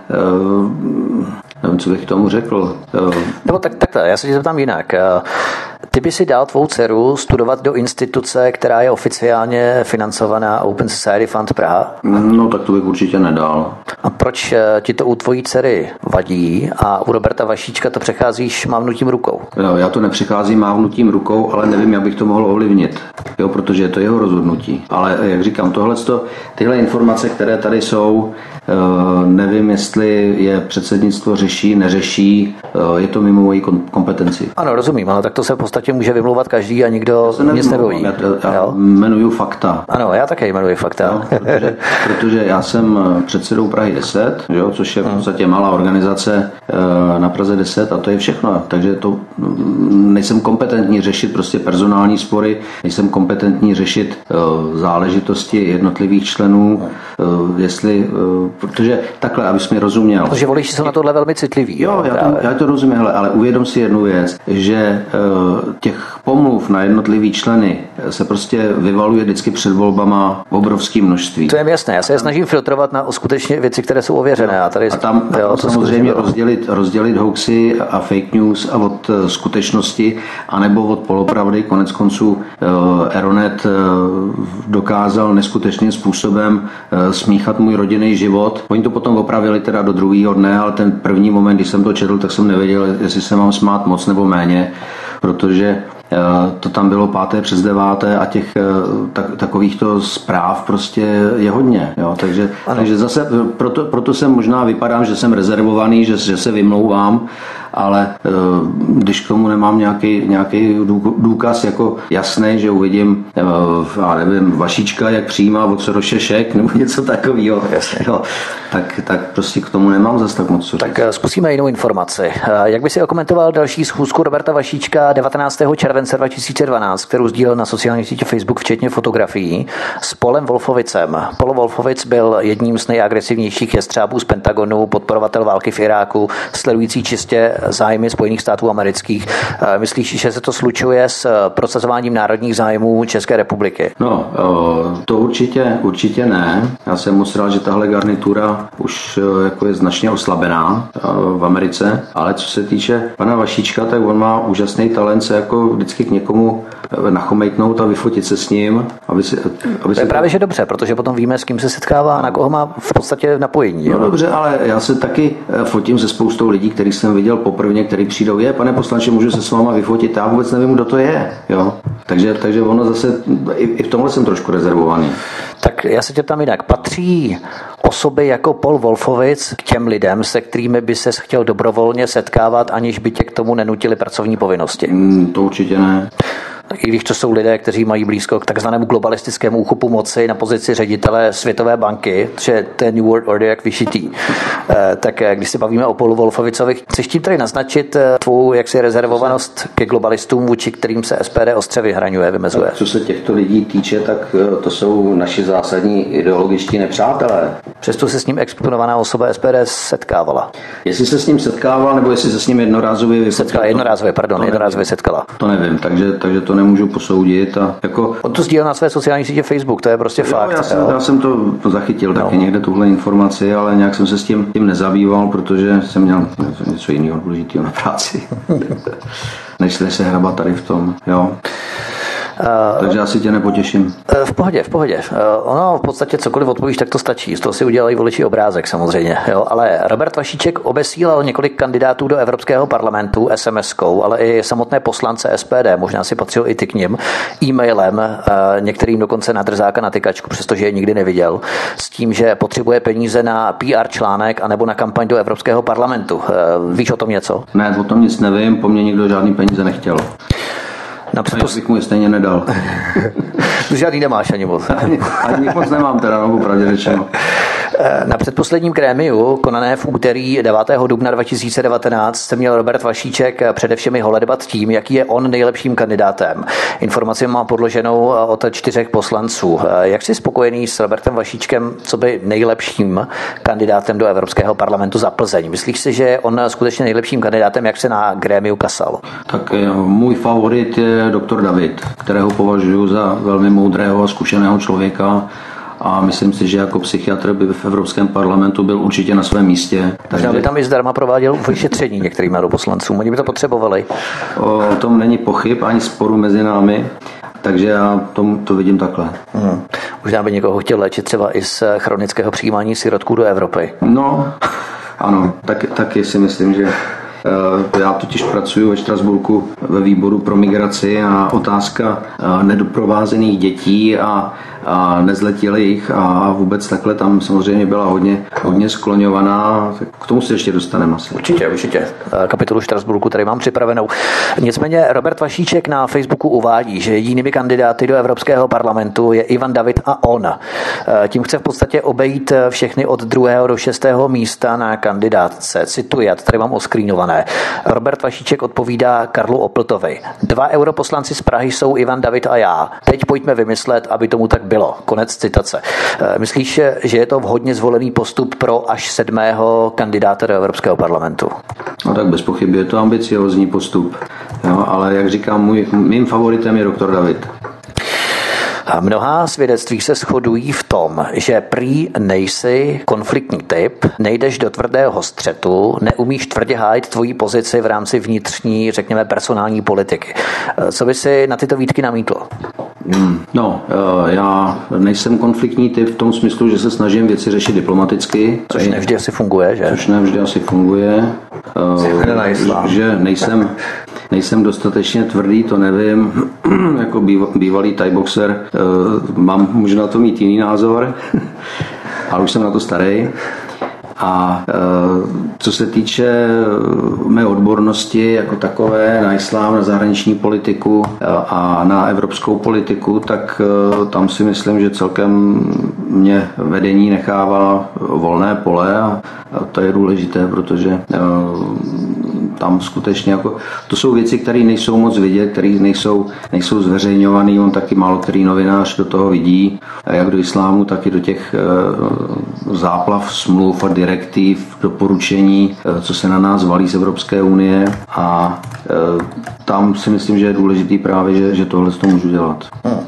Speaker 2: nevím, co bych k tomu řekl.
Speaker 1: Nebo takhle, já se tě zeptám jinak. Ty by si dal tvou dceru studovat do instituce, která je oficiálně financovaná Open Society Fund Praha?
Speaker 2: No, tak to bych určitě nedal.
Speaker 1: A proč ti to u tvojí dcery vadí a u Roberta Vašíčka to přecházíš mávnutím rukou?
Speaker 2: Jo, já to nepřecházím mávnutím rukou, ale nevím, jak bych to mohl ovlivnit, jo, protože je to jeho rozhodnutí. Ale jak říkám, tyhle informace, které tady jsou, nevím, jestli je předsednictvo řeší, neřeší, je to mimo mojí kompetenci.
Speaker 1: Ano, rozumím, ale tak to se v podstatě může vymlouvat každý a nikdo nic nebojí.
Speaker 2: Já jmenuju fakta.
Speaker 1: Ano, já také jmenuji fakta.
Speaker 2: No, protože já jsem předsedou Prahy 10, jo, což je v podstatě malá organizace na Praze 10 a to je všechno. Takže to nejsem kompetentní řešit prostě personální spory, nejsem kompetentní řešit záležitosti jednotlivých členů, protože takhle, abys mi rozuměl.
Speaker 1: Protože voliči jsou na tohle velmi citliví.
Speaker 2: Jo, já to rozumím, ale uvědom si jednu věc, že těch pomluv na jednotlivý členy se prostě vyvaluje vždycky před volbama v obrovském množství.
Speaker 1: To je jasné, já se je snažím filtrovat na skutečně věci, které jsou ověřené.
Speaker 2: A tam samozřejmě rozdělit hoaxy a fake news a od skutečnosti, anebo od polopravdy. Konec konců Eronet dokázal neskutečným způsobem smíchat můj rodinný život. Oni to potom opravili teda do druhého dne, ale ten první moment, když jsem to četl, tak jsem nevěděl, jestli se mám smát moc nebo méně, protože to tam bylo 5. přes 9. a těch takovýchto zpráv prostě je hodně. Jo? Takže zase proto jsem možná vypadám, že jsem rezervovaný, že se vymlouvám, ale když k tomu nemám nějaký důkaz jako jasný, že uvidím, já nevím, Vašíčka, jak přijímá od Soroše šek nebo něco takového, no, tak prostě k tomu nemám zase tak moc co říct.
Speaker 1: Tak zkusíme jinou informaci. Jak by si okomentoval další schůzku Roberta Vašíčka 19. července 2012, kterou sdílel na sociální sítě Facebook, včetně fotografií, s Polem Wolfowicem. Paul Wolfowitz byl jedním z nejagresivnějších jestřábů z Pentagonu, podporovatel války v Iráku, sledující čistě zájmy Spojených států amerických. Myslíš, že se to slučuje s prosazováním národních zájmů České republiky?
Speaker 2: No, to určitě ne. Já jsem moc rád, že tahle garnitura už jako je značně oslabená v Americe, ale co se týče pana Vašíčka, tak on má úžasný talent se jako vždycky k někomu nachomejtnout a vyfotit se s ním.
Speaker 1: To je právě, že dobře, protože potom víme, s kým se setkává a na koho má v podstatě napojení.
Speaker 2: No dobře, ale já se taky fotím se spoustou lidí, který jsem viděl poprvé, který přijdou, pane poslanče, můžu se s váma vyfotit, já vůbec nevím, kdo to je. Jo? Takže ono zase, i v tomhle jsem trošku rezervovaný.
Speaker 1: Tak já se tě tam jinak. Patří osoby jako Paul Wolfowitz k těm lidem, se kterými by ses chtěl dobrovolně setkávat, aniž by tě k tomu nenutili pracovní povinnosti?
Speaker 2: To určitě ne.
Speaker 1: I když to jsou lidé, kteří mají blízko k takzvanému globalistickému úchopu moci na pozici ředitele Světové banky, že to je New World Order jak vyšitý. Tak když se bavíme o Paulu Wolfowicovi, chceš tím tady naznačit tvou jaksi rezervovanost ke globalistům, vůči kterým se SPD ostře vyhraňuje, vymezuje?
Speaker 2: Co se těchto lidí týče, tak to jsou naši zásadní ideologičtí nepřátelé.
Speaker 1: Přesto se s ním exponovaná osoba SPD setkávala.
Speaker 2: Jestli se s ním setkával, nebo jestli se s ním jednorázově
Speaker 1: setkala.
Speaker 2: To nevím, takže to nemůžu posoudit. A jako...
Speaker 1: On to sdílel na své sociální sítě Facebook, to je prostě fakt.
Speaker 2: Já jsem to zachytil taky někde tuhle informaci, ale nějak jsem se s tím nezabýval, protože jsem měl něco jiného důležitého na práci, než se hrabat tady v tom. Jo. Takže já si tě nepotěším.
Speaker 1: V pohodě. Ono v podstatě cokoliv odpovíš, tak to stačí. Z toho si udělají voliči obrázek samozřejmě. Jo? Ale Robert Vašíček obesílal několik kandidátů do Evropského parlamentu SMS-kou, ale i samotné poslance SPD, možná si patřil i ty k nim, e-mailem, některým dokonce na drzáka na tykačku, přestože je nikdy neviděl, s tím, že potřebuje peníze na PR článek anebo na kampaň do Evropského parlamentu. Víš o tom něco?
Speaker 2: Ne, o tom nic nevím, po mně nikdo žádný peníze nechtěl. Já bych mu je stejně nedal.
Speaker 1: Žádný nemáš ani moc.
Speaker 2: Ani moc nemám teda, no, pravdě řečeno.
Speaker 1: Na předposledním grémiu, konané v úterý 9. dubna 2019, se měl Robert Vašíček především i holedebat tím, jaký je on nejlepším kandidátem. Informaci má podloženou od 4 poslanců. Jak jsi spokojený s Robertem Vašíčkem, co by nejlepším kandidátem do Evropského parlamentu za Plzeň? Myslíš si, že je on skutečně nejlepším kandidátem, jak se na grémiu kasal?
Speaker 2: Tak můj favorit je doktor David, kterého považuji za velmi moudrého a zkušeného člověka. A myslím si, že jako psychiatr by v Evropském parlamentu byl určitě na svém místě.
Speaker 1: Takže by tam i zdarma prováděl vyšetření některým poslancům. Oni by to potřebovali.
Speaker 2: O tom není pochyb ani sporu mezi námi. Takže já to vidím takhle.
Speaker 1: Možná by někoho chtěl léčit třeba i z chronického přijímání sirotků do Evropy.
Speaker 2: No, ano, taky si myslím, že já totiž pracuji ve Štrasburku ve výboru pro migraci a otázka nedoprovázených dětí a nezletilých a vůbec takhle tam samozřejmě byla hodně skloňovaná. Tak k tomu se ještě dostaneme asi.
Speaker 1: Určitě. Kapitolu Štrasburku tady mám připravenou. Nicméně Robert Vašíček na Facebooku uvádí, že jedinými kandidáty do Evropského parlamentu je Ivan David a on. Tím chce v podstatě obejít všechny od 2. do 6. místa na kandidátce. Cituji, tady mám oskrínované. Robert Vašíček odpovídá Karlu Opltovi. 2 europoslanci z Prahy jsou Ivan David a já. Teď pojďme vymyslet, aby tomu tak bylo. Konec citace. Myslíš, že je to vhodně zvolený postup pro až 7. kandidáta do Evropského parlamentu?
Speaker 2: No tak bez pochyby je to ambiciózní postup. Jo, ale jak říkám, mým favoritem je doktor David.
Speaker 1: Mnohá svědectví se shodují v tom, že prý nejsi konfliktní typ, nejdeš do tvrdého střetu, neumíš tvrdě hájit tvoji pozici v rámci vnitřní, řekněme, personální politiky. Co by si na tyto výtky namítl?
Speaker 2: No, já nejsem konfliktní typ v tom smyslu, že se snažím věci řešit diplomaticky.
Speaker 1: Což nevždy asi funguje, že?
Speaker 2: Že nejsem dostatečně tvrdý, to nevím. Jako bývalý thai-boxer můžu na to mít jiný názor, ale už jsem na to starý. A co se týče mé odbornosti jako takové na islám, na zahraniční politiku a na evropskou politiku, tak tam si myslím, že celkem mě vedení nechává volné pole a to je důležité, protože tam skutečně jako, to jsou věci, které nejsou moc vidět, které nejsou zveřejňované, on taky málo který novinář do toho vidí, jak do islámu, tak i do těch záplav smluv a direktiv, doporučení, co se na nás valí z Evropské unie a tam si myslím, že je důležitý právě, že tohle to můžu dělat.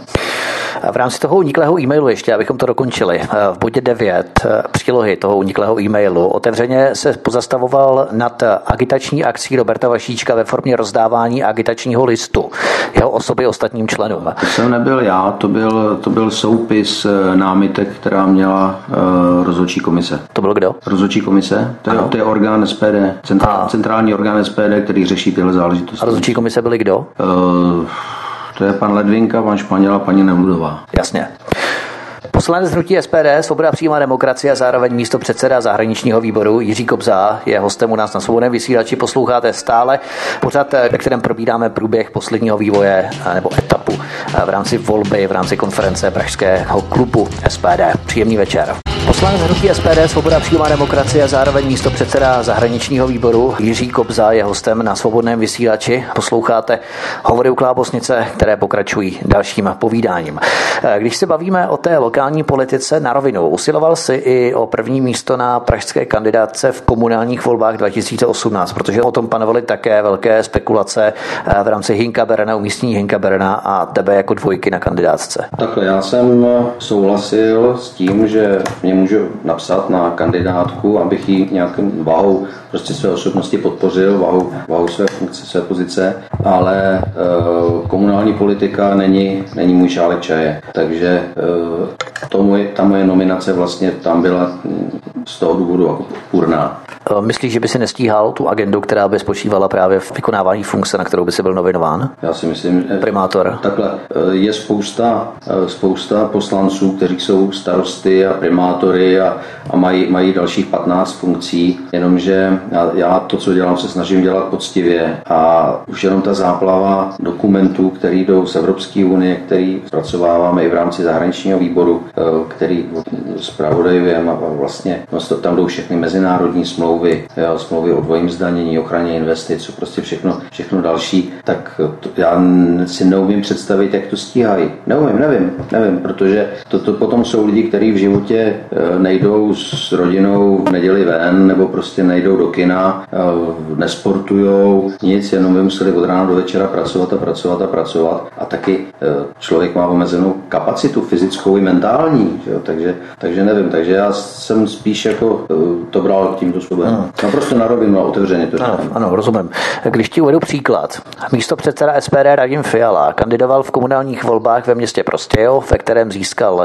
Speaker 1: V rámci toho uniklého e-mailu ještě, abychom to dokončili, v bodě 9 přílohy toho uniklého e-mailu otevřeně se pozastavoval nad agitační akcí Roberta Vašíčka ve formě rozdávání agitačního listu jeho osoby ostatním členům.
Speaker 2: To jsem nebyl já, to byl soupis námitek, která měla rozhodčí komise.
Speaker 1: To byl kdo?
Speaker 2: Rozhodčí komise, to je orgán SPD, centrální orgán SPD, který řeší tyhle záležitosti.
Speaker 1: A rozhodčí komise byly kdo?
Speaker 2: To je pan Ledvinka, pan Španěl a paní Nevludová.
Speaker 1: Jasně. Poslanec hnutí SPD, Svoboda přímá demokracie a zároveň místopředseda zahraničního výboru Jiří Kobza je hostem u nás na Svobodném vysílači. Posloucháte stále pořad, ve kterém probíráme průběh posledního vývoje nebo etapu v rámci volby, v rámci konference Pražského klubu SPD. Příjemný večer. Poslanec hnutí SPD, Svoboda přímá demokracie a zároveň místopředseda zahraničního výboru Jiří Kobza je hostem na Svobodném vysílači. Posloucháte hovory u Klábosnice, které pokračují dalším povídáním. Když se bavíme o té lokální politice na rovinu, usiloval si i o první místo na pražské kandidátce v komunálních volbách 2018, protože o tom panovaly také velké spekulace v rámci Hynka Berana, umístění Hynka Berana a tebe jako dvojky na kandidátce.
Speaker 2: Takhle, já jsem souhlasil s tím, že mě můžu napsat na kandidátku, abych ji nějakým váhou prostě své osobnosti podpořil, váhou své funkce, své pozice, ale komunální politika není můj šálek čaje, takže ta moje nominace vlastně tam byla z toho důvodu jako půrná.
Speaker 1: Myslíš, že by si nestíhal tu agendu, která by spočívala právě v vykonávání funkce, na kterou by si byl nominován?
Speaker 2: Já si myslím,
Speaker 1: primátor.
Speaker 2: Takhle, je spousta poslanců, kteří jsou starosty a primátory a mají dalších 15 funkcí, jenomže já to, co dělám, se snažím dělat poctivě a už jenom ta záplava dokumentů, které jdou z Evropské unie, který zpracováváme i v rámci zahraničního výboru, který zpravodajujeme a vlastně tam jdou všechny mezinárodní smlouvy o dvojím zdanění, ochraně investic, prostě všechno další, tak já si neumím představit, jak to stíhají. Nevím, protože to potom jsou lidi, kteří v životě nejdou s rodinou v neděli ven, nebo prostě nejdou do kina, nesportujou, nic, jenom by museli od rána do večera pracovat a taky člověk má omezenou kapacitu fyzickou i mentální, že jo? Takže nevím, takže já jsem spíš jako to bral tímto způsobem. Naprosto na rovinu a otevřeně to říkám.
Speaker 1: Ano, rozumím. Když ti uvedu příklad. Místopředseda SPD Radim Fiala kandidoval v komunálních volbách ve městě Prostějov, ve kterém získal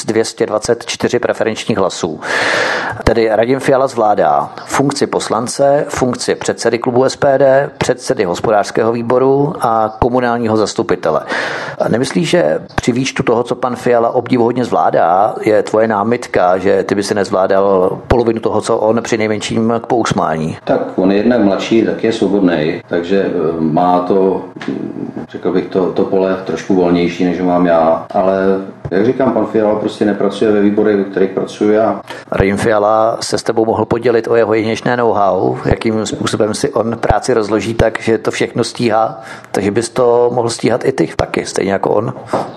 Speaker 1: 1224 preferenčních hlasů. Tedy Radim Fiala zvládá funkci poslance, funkci předsedy klubu SPD, předsedy hospodářského výboru a komunálního zastupitele. Nemyslíš, že při výčtu toho, co pan Fiala obdivuhodně zvládá, je tvoje námitka, že ty by si nezvládal polovinu toho, co on, při nejmenším k pousmání?
Speaker 2: Tak on je jednak mladší, tak je svobodný, takže má to, řekl bych, to pole trošku volnější, než mám já, ale jak říkám, pan Fiala prostě nepracuje ve výborech, ve kterých pracuji já.
Speaker 1: Radim Fiala se s tebou mohl podělit o jeho jedinečné know-how, jakým způsobem si on práci rozloží tak, že to všechno stíhá, takže bys to mohl stíhat i ty taky, stejně jako on.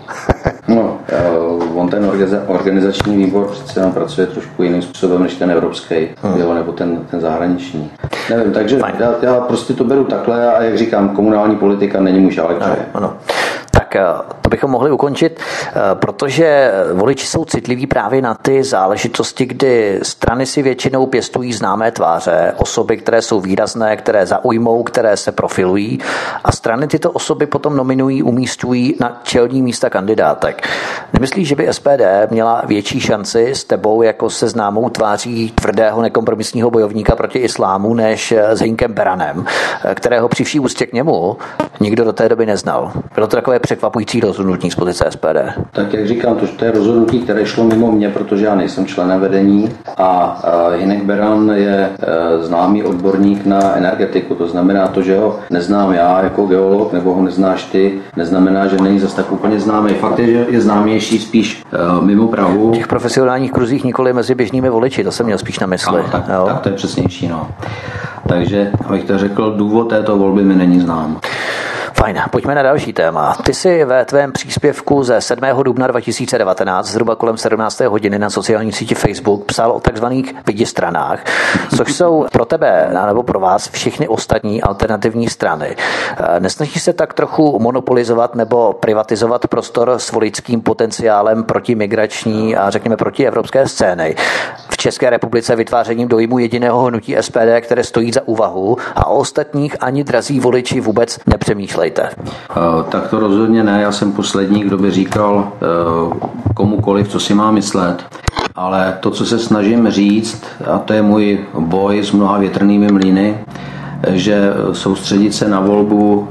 Speaker 2: No, on ten organizační výbor přece nám pracuje trošku jiným způsobem než ten evropský, nebo ten zahraniční. Nevím, takže já prostě to beru takhle a jak říkám, komunální politika není můj šálek čaje.
Speaker 1: Ano. Tak to bychom mohli ukončit, protože voliči jsou citliví právě na ty záležitosti, kdy strany si většinou pěstují známé tváře, osoby, které jsou výrazné, které zaujmou, které se profilují a strany tyto osoby potom nominují, umístují na čelní místa kandidátek. Nemyslíš, že by SPD měla větší šanci s tebou jako se známou tváří tvrdého nekompromisního bojovníka proti islámu než s Hynkem Beranem, kterého při vší úctě k němu nikdo do té doby neznal? Bylo to takové překvapující rozhodnutí z pozice SPD?
Speaker 2: Tak jak říkám, to je rozhodnutí, které šlo mimo mě, protože já nejsem členem vedení a Hynek Beran je známý odborník na energetiku. To znamená to, že ho neznám já jako geolog, nebo ho neznáš ty, neznamená, že není zase tak úplně známý. Fakt je, že je známější spíš mimo Prahu.
Speaker 1: V těch profesionálních kruzích nikoli mezi běžnými voliči, to jsem měl spíš na mysli.
Speaker 2: Tak to je přesnější, no. Takže, abych to řekl, důvod této volby mi není znám.
Speaker 1: Fajn, pojďme na další téma. Ty jsi ve tvém příspěvku ze 7. dubna 2019, zhruba kolem 17. hodiny na sociální síti Facebook, psal o takzvaných vidistranách, což jsou pro tebe nebo pro vás všechny ostatní alternativní strany. Nesnaží se tak trochu monopolizovat nebo privatizovat prostor s voličským potenciálem proti migrační a řekněme proti evropské scény? V České republice vytvářením dojmu jediného hnutí SPD, které stojí za úvahu, a o ostatních ani drazí voliči vůbec nepřemýšlejte.
Speaker 2: Tak to rozhodně ne. Já jsem poslední, kdo by říkal komukoliv, co si má myslet. Ale to, co se snažím říct, a to je můj boj s mnoha větrnými mlýny, že soustředit se na volbu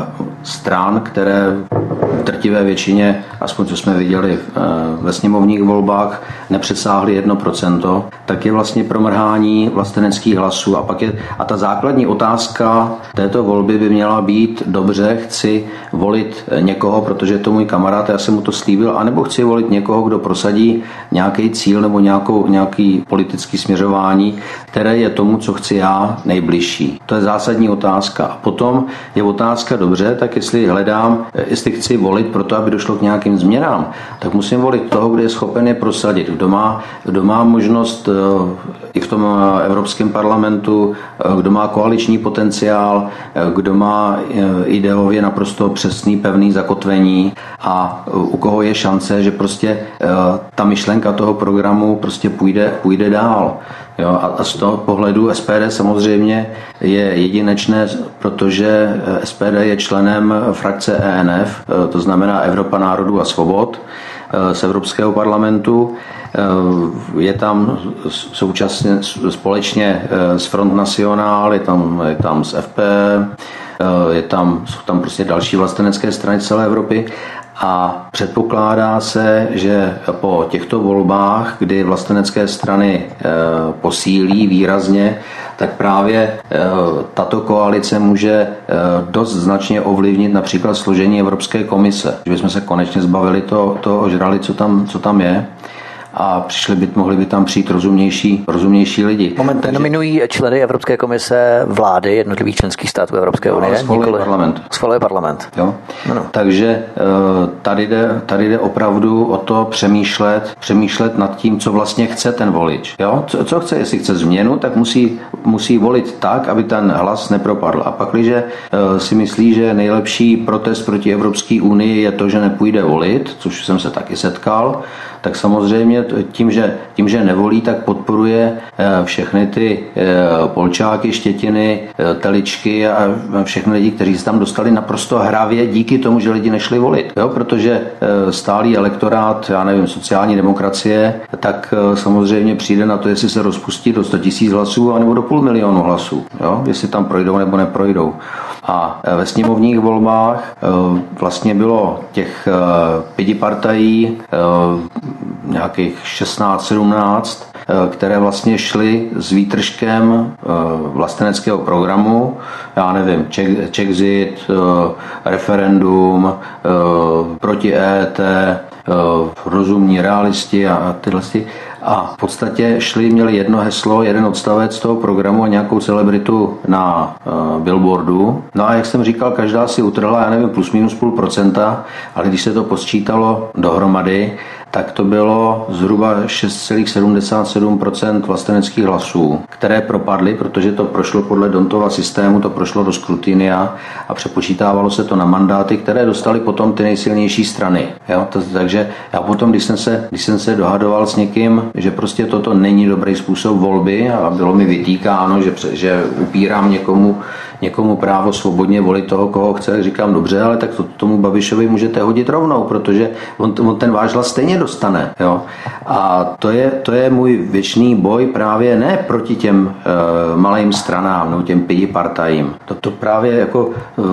Speaker 2: stran, které v drtivé většině, aspoň co jsme viděli ve sněmovních volbách, nepřesáhly 1%, tak je vlastně promrhání vlasteneckých hlasů. A ta základní otázka této volby by měla být: dobře, chci volit někoho, protože je to můj kamarád, já jsem mu to slíbil, anebo chci volit někoho, kdo prosadí nějaký cíl nebo nějaký politický směřování, které je tomu, co chci já, nejbližší. To je zásadní otázka. A potom je otázka: dobře, tak jestli chci volit proto, aby došlo k nějakým změnám, tak musím volit toho, kdo je schopen je prosadit, kdo má možnost i v tom Evropském parlamentu, kdo má koaliční potenciál, kdo má ideově naprosto přesný, pevný zakotvení a u koho je šance, že prostě ta myšlenka toho programu prostě půjde dál. Jo, a z toho pohledu SPD samozřejmě je jedinečné, protože SPD je členem frakce ENF, to znamená Evropa národů a svobod, z Evropského parlamentu. Je tam současně společně s Front National, je tam z FP, jsou tam prostě další vlastenecké strany celé Evropy. A předpokládá se, že po těchto volbách, kdy vlastenecké strany posílí výrazně, tak právě tato koalice může dost značně ovlivnit například složení Evropské komise. Že bychom se konečně zbavili toho ožrali, co tam je. A mohli by tam přijít rozumnější lidi.
Speaker 1: Nominují členy Evropské komise vlády jednotlivých členských států Evropské unie? Schvaluje parlament.
Speaker 2: Jo? No. Takže tady jde opravdu o to přemýšlet nad tím, co vlastně chce ten volič. Jo? Co chce, jestli chce změnu, tak musí volit tak, aby ten hlas nepropadl. A pak, když si myslí, že nejlepší protest proti Evropské unii je to, že nepůjde volit, což jsem se taky setkal, tak samozřejmě tím, že nevolí, tak podporuje všechny ty Polčáky, Štětiny, Teličky a všechny lidi, kteří se tam dostali naprosto hravě díky tomu, že lidi nešli volit. Jo? Protože stálý elektorát, sociální demokracie, tak samozřejmě přijde na to, jestli se rozpustí do 100 000 hlasů anebo do 500 000 hlasů. Jo? Jestli tam projdou nebo neprojdou. A ve sněmovních volbách vlastně bylo těch 5 partají nějakých 16-17, které vlastně šly s výtržkem vlasteneckého programu, Czexit, referendum, proti EET, rozumní realisti a tyhle. A v podstatě měli jedno heslo, jeden odstavec toho programu a nějakou celebritu na billboardu. No a jak jsem říkal, každá si utrhla, plus minus 0,5%, ale když se to posčítalo dohromady, tak to bylo zhruba 6,77% vlasteneckých hlasů, které propadly, protože to prošlo podle Dontova systému, to prošlo do skrutinia a přepočítávalo se to na mandáty, které dostaly potom ty nejsilnější strany. Jo? Takže já potom, když jsem se dohadoval s někým, že prostě toto není dobrý způsob volby a bylo mi vytýkáno, že upírám někomu právo svobodně volit toho, koho chce, říkám dobře, ale tak tomu Babišovi můžete hodit rovnou, protože on ten váš hlas stejně dostane. Jo? A to je můj věčný boj právě ne proti těm malým stranám nebo těm pidipartajím. To právě jako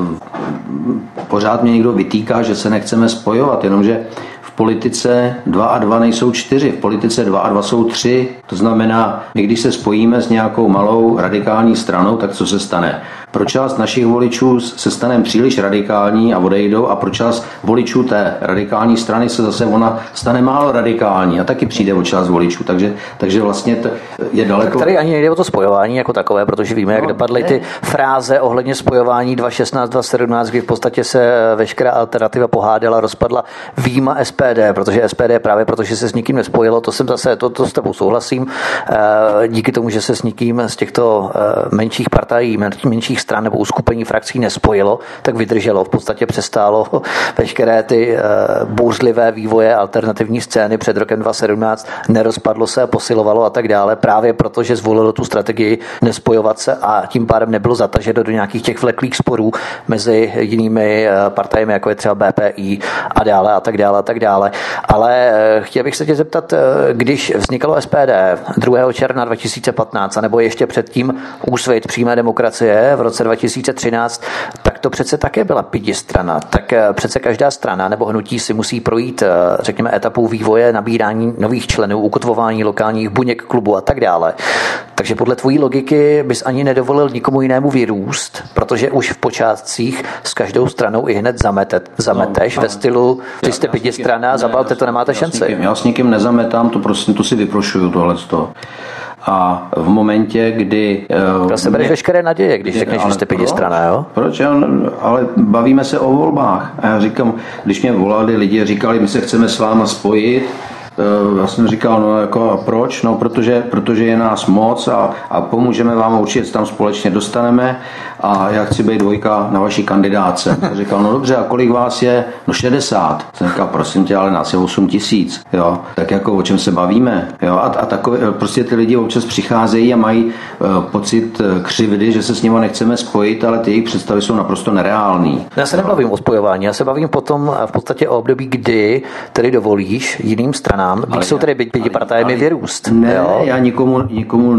Speaker 2: pořád mě někdo vytýká, že se nechceme spojovat, jenomže v politice 2 a 2 nejsou 4, v politice 2 a 2 jsou 3. To znamená, my když se spojíme s nějakou malou radikální stranou, tak co se stane? Pro část našich voličů se staneme příliš radikální a odejdou a pro část voličů té radikální strany se zase ona stane málo radikální a taky přijde o část voličů. Takže vlastně to je daleko...
Speaker 1: Tady ani nejde o to spojování jako takové, protože víme, jak dopadly ty fráze ohledně spojování 2016, 2017, kdy v podstatě se veškerá alternativa pohádala, rozpadla výjima SPD, protože SPD právě protože se s nikým nespojilo, to s tebou souhlasím, díky tomu, že se s nikým z těchto menších partají, menších stran nebo uskupení frakcí nespojilo, tak vydrželo. V podstatě přestálo veškeré ty bouřlivé vývoje alternativní scény před rokem 2017, nerozpadlo se a posilovalo a tak dále, právě proto, že zvolilo tu strategii nespojovat se a tím pádem nebylo zataženo do nějakých těch vleklých sporů mezi jinými partajemi, jako je třeba BPI a dále a tak dále a tak dále. Ale chtěl bych se tě zeptat, když vznikalo SPD 2. června 2015, nebo ještě předtím Úsvit přímé demokracie v roce 2013, tak to přece také byla pidistrana. Tak přece každá strana nebo hnutí si musí projít, řekněme, etapou vývoje, nabírání nových členů, ukotvování lokálních buněk klubu a tak dále. Takže podle tvojí logiky bys ani nedovolil nikomu jinému vyrůst, protože už v počátcích s každou stranou i hned zameteš ve stylu, ty jste pidistrana, zabalte to, nemáte šanci.
Speaker 2: Já s nikým nezametám, to si vyprošuju tohleto. A v momentě, kdy...
Speaker 1: Vlastně bereš veškeré naděje, když řekneš, že jste pidistrana, jo?
Speaker 2: Proč? Ale bavíme se o volbách. A já říkám, když mě volali lidi, říkali, my se chceme s váma spojit, já jsem říkal, no jako a proč? No protože je nás moc a pomůžeme vám, určitě tam společně dostaneme a já chci být 2 na vaší kandidáce. Říkal, no dobře, a kolik vás je? No 60. Jsem říkal, prosím tě, ale nás je 8 000. Jo? Tak jako o čem se bavíme? Jo? A takové, prostě ty lidi občas přicházejí a mají pocit křivdy, že se s nimi nechceme spojit, ale ty jejich představy jsou naprosto nereální.
Speaker 1: Já se nebavím o spojování, já se bavím potom v podstatě o období, kdy tedy dovolíš jiným stranám, když jsou tedy pidipartajemi vyrůst.
Speaker 2: Ne, jo? Já nikomu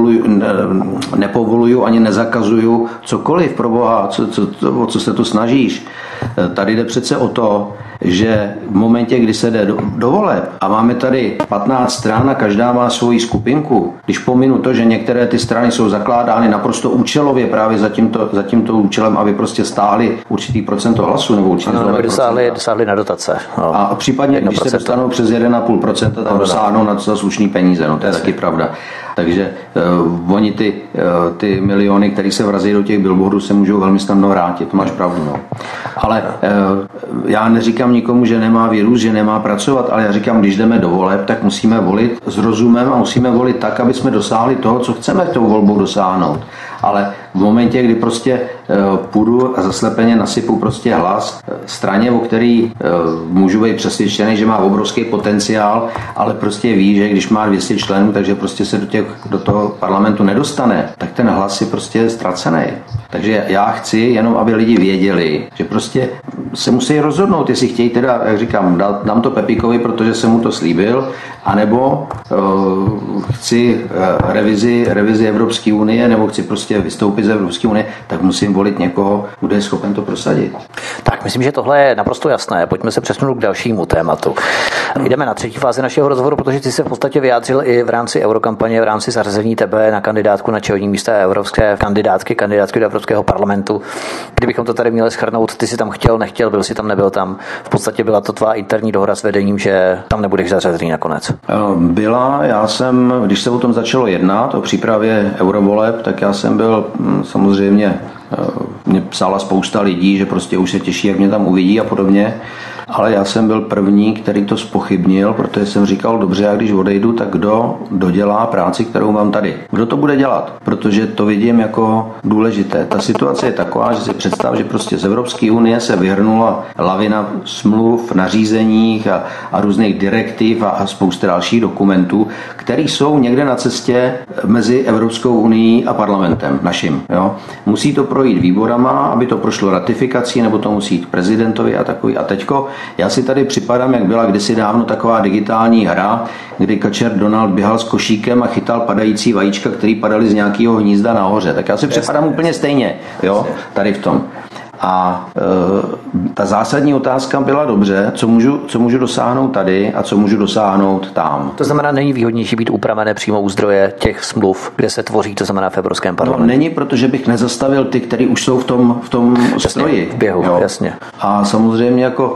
Speaker 2: nepovoluju ani nezakazuju cokoliv, pro Boha, o co se tu snažíš. Tady jde přece o to, že v momentě, kdy se jde do voleb a máme tady 15 stran a každá má svoji skupinku, když pominu to, že některé ty strany jsou zakládány naprosto účelově právě za tímto účelem, aby prostě stáhly určitý procento hlasů nebo určitý
Speaker 1: dosáhli na dotace. No,
Speaker 2: a případně, 1%. Když se dostanou přes 1,5%, tak dosáhnou na to slušný peníze. No, to je taky pravda. Takže oni ty miliony, které se vrazí do těch billboardů, se můžou velmi snadno vrátit. To máš pravdu. No. Ale já neříkám nikomu, že nemá vyrůst, že nemá pracovat, ale já říkám, když jdeme do voleb, tak musíme volit s rozumem a musíme volit tak, aby jsme dosáhli toho, co chceme tou volbou dosáhnout. Ale v momentě, kdy prostě půjdu a zaslepeně nasypu prostě hlas straně, o který můžu být přesvědčený, že má obrovský potenciál, ale prostě ví, že když má 200 členů, takže prostě se do toho parlamentu nedostane, tak ten hlas je prostě ztracený. Takže já chci jenom, aby lidi věděli, že prostě se musí rozhodnout, jestli chtějí teda, jak říkám, dám to Pepíkovi, protože jsem mu to slíbil, anebo chci revizi Evropské unie, nebo chci prostě vystoupit z Evropské unie, tak musím volit někoho, kdo je schopen to prosadit.
Speaker 1: Tak, myslím, že tohle je naprosto jasné. Pojďme se přesunout k dalšímu tématu. Jdeme na třetí fázi našeho rozhovoru, protože ty se v podstatě vyjádřil i v rámci eurokampaně, v rámci zařazení tebe na kandidátku na čelní místa evropské kandidátky do Evropského parlamentu. Kdybychom to tady měli shrnout, ty si tam chtěl, nechtěl, byl si tam, nebyl tam. V podstatě byla to tvá interní dohoda s vedením, že tam nebudeš zařazený nakonec.
Speaker 2: Byla, já jsem, když se o tom začalo jednat, o přípravě eurovoleb, tak já jsem byl samozřejmě, mě psala spousta lidí, že prostě už se těší, jak mě tam uvidí a podobně. ale já jsem byl první, který to zpochybnil, protože jsem říkal, dobře, já když odejdu, tak kdo dodělá práci, kterou mám tady? Kdo to bude dělat? Protože to vidím jako důležité. Ta situace je taková, že si představ, že prostě z Evropské unie se vyhrnula lavina smluv, nařízeních a různých direktiv a spousta dalších dokumentů, které jsou někde na cestě mezi Evropskou unií a parlamentem naším. Jo? Musí to projít výborama, aby to prošlo ratifikací, nebo to musí jít k prezidentovi a takový. A teďko já si tady připadám, jak byla kdysi dávno taková digitální hra, kdy kačer Donald běhal s košíkem a chytal padající vajíčka, který padaly z nějakého hnízda nahoře. Tak já si připadám úplně stejně, jo, tady v tom. A ta zásadní otázka byla dobře, co můžu dosáhnout tady a co můžu dosáhnout tam.
Speaker 1: To znamená, není výhodnější být upravené přímo u zdroje těch smluv, kde se tvoří, to znamená v Evropském parlamentu?
Speaker 2: No, není, protože bych nezastavil ty, kteří už jsou v tom stroji.
Speaker 1: V běhu, jo. Jasně.
Speaker 2: A samozřejmě jako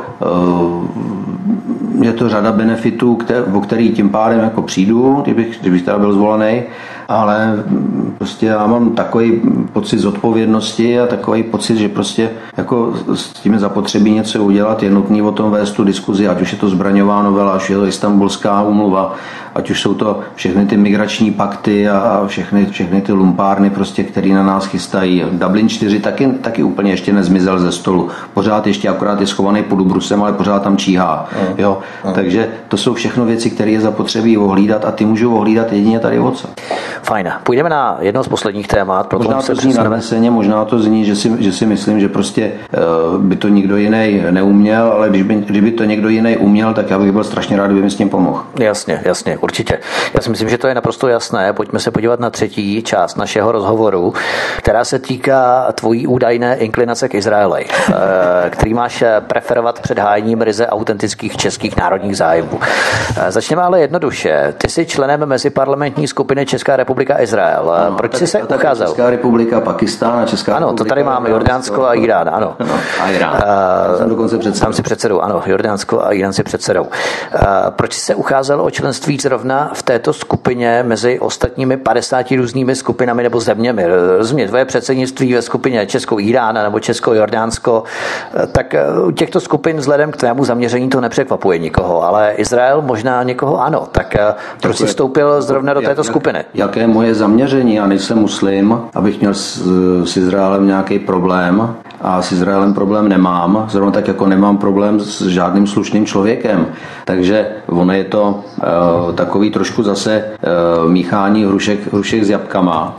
Speaker 2: je to řada benefitů, o který tím pádem jako přijdu, kdybych teda byl zvolený, ale prostě já mám takový pocit zodpovědnosti a takový pocit, že prostě jako s tím je zapotřebí něco udělat, je nutný o tom vést tu diskuzi, ať už je to zbraňová novela, ať už je to Istanbulská úmluva, ať už jsou to všechny ty migrační pakty a všechny ty lumpárny, prostě, které na nás chystají. Dublin 4 taky úplně ještě nezmizel ze stolu. Pořád ještě akorát je schovaný pod ubrusem, ale pořád tam číhá. Jo? Takže to jsou všechno věci, které je zapotřebí ohlídat a ty můžu ohlídat jedině tady odsud.
Speaker 1: Fajn. Půjdeme na jedno z posledních témat.
Speaker 2: Možná to zní nadneseně, možná to zní, že si myslím, že prostě by to nikdo jiný neuměl, ale kdyby to někdo jiný uměl, tak já bych byl strašně rád, kdyby mi s tím pomohl.
Speaker 1: Jasně, určitě. Já si myslím, že to je naprosto jasné. Pojďme se podívat na třetí část našeho rozhovoru, která se týká tvojí údajné inklinace k Izraeli, který máš preferovat před hájením ryze autentických českých národních zájmů. Začneme ale jednoduše. Ty jsi členem meziparlamentní skupiny Česká republika Izrael.
Speaker 2: Ano,
Speaker 1: proč jsi se ucházel?
Speaker 2: Česká republika, Pakistán a Česká republika.
Speaker 1: Ano, to tady máme Jordánsko a Irán, ano.
Speaker 2: A Irán. Jsem dokonce předsedou.
Speaker 1: Tam si předsedou, ano, Jordánsko a Irán si předsedou. Proč jsi se ucházel o členství zrovna v této skupině mezi ostatními 50 různými skupinami nebo zeměmi? Rozumět, tvoje předsednictví ve skupině Česko-Irán nebo Česko-Jordánsko, tak u těchto skupin vzhledem k tvému zaměření to nepřekvapuje nikoho, ale Izrael možná někoho ano. Tak proč jsi vstoupil zrovna do této skupiny?
Speaker 2: Jaké je moje zaměření? Já nejsem muslim, abych měl s Izraelem nějaký problém a s Izraelem problém nemám. Zrovna tak jako nemám problém s žádným slušným člověkem. Takže ono je to takový trošku zase míchání hrušek s jabkama.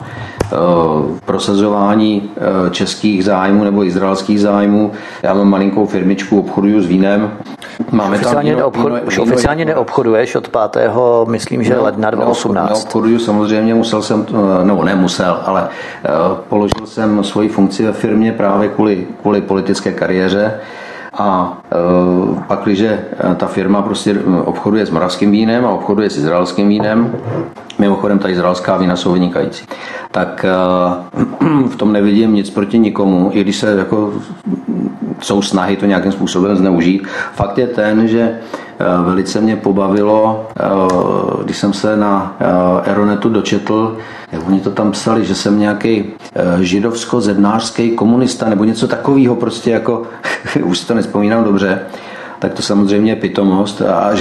Speaker 2: Prosazování českých zájmů nebo izraelských zájmů. Já mám malinkou firmičku, obchoduju s vínem. Máme
Speaker 1: oficiálně neobchoduješ od 5. myslím, že ledna 2018.
Speaker 2: Neobchoduju, samozřejmě ale položil jsem svoji funkci ve firmě právě kvůli politické kariéře. A pakliže ta firma prostě obchoduje s moravským vínem a obchoduje s izraelským vínem, mimochodem ta izraelská vína jsou vynikající, tak v tom nevidím nic proti nikomu, i když se jako jsou snahy to nějakým způsobem zneužít. Fakt je ten, že velice mě pobavilo, když jsem se na Aeronetu dočetl, jak oni to tam psali, že jsem nějaký židovsko-zednářský komunista nebo něco takového, prostě jako, už si to nespomínám dobře, tak to samozřejmě je pitomost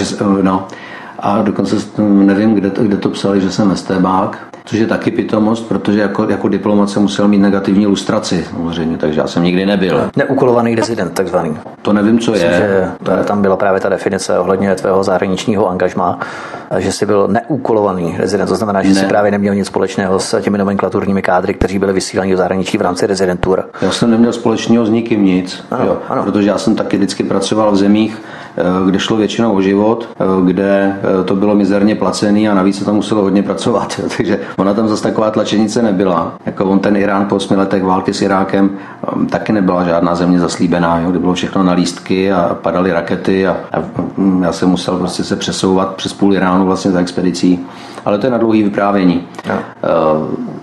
Speaker 2: a dokonce nevím, kde to psali, že jsem estébák, což je taky pitomost, protože jako diplomat jsem musel mít negativní lustraci, samozřejmě, takže já jsem nikdy nebyl.
Speaker 1: Neúkolovaný rezident, takzvaný.
Speaker 2: To nevím, co je.
Speaker 1: Tam byla právě ta definice ohledně tvého zahraničního angažmá, že jsi byl neúkolovaný rezident, to znamená, že jsi právě neměl nic společného s těmi nomenklaturními kádry, kteří byli vysíláni do zahraničí v rámci rezidentur.
Speaker 2: Já jsem neměl společného s nikým nic, ano. Protože já jsem taky vždycky pracoval v zemích, kde šlo většinou o život, kde to bylo mizerně placený a navíc se tam muselo hodně pracovat. Takže ona tam zase taková tlačenice nebyla. Jako ten Irán po 8 letech války s Irákem taky nebyla žádná země zaslíbená, kde bylo všechno na lístky a padaly rakety a já jsem musel prostě se přesouvat přes půl Iránu vlastně za expedicí. Ale to je na dlouhý vyprávění.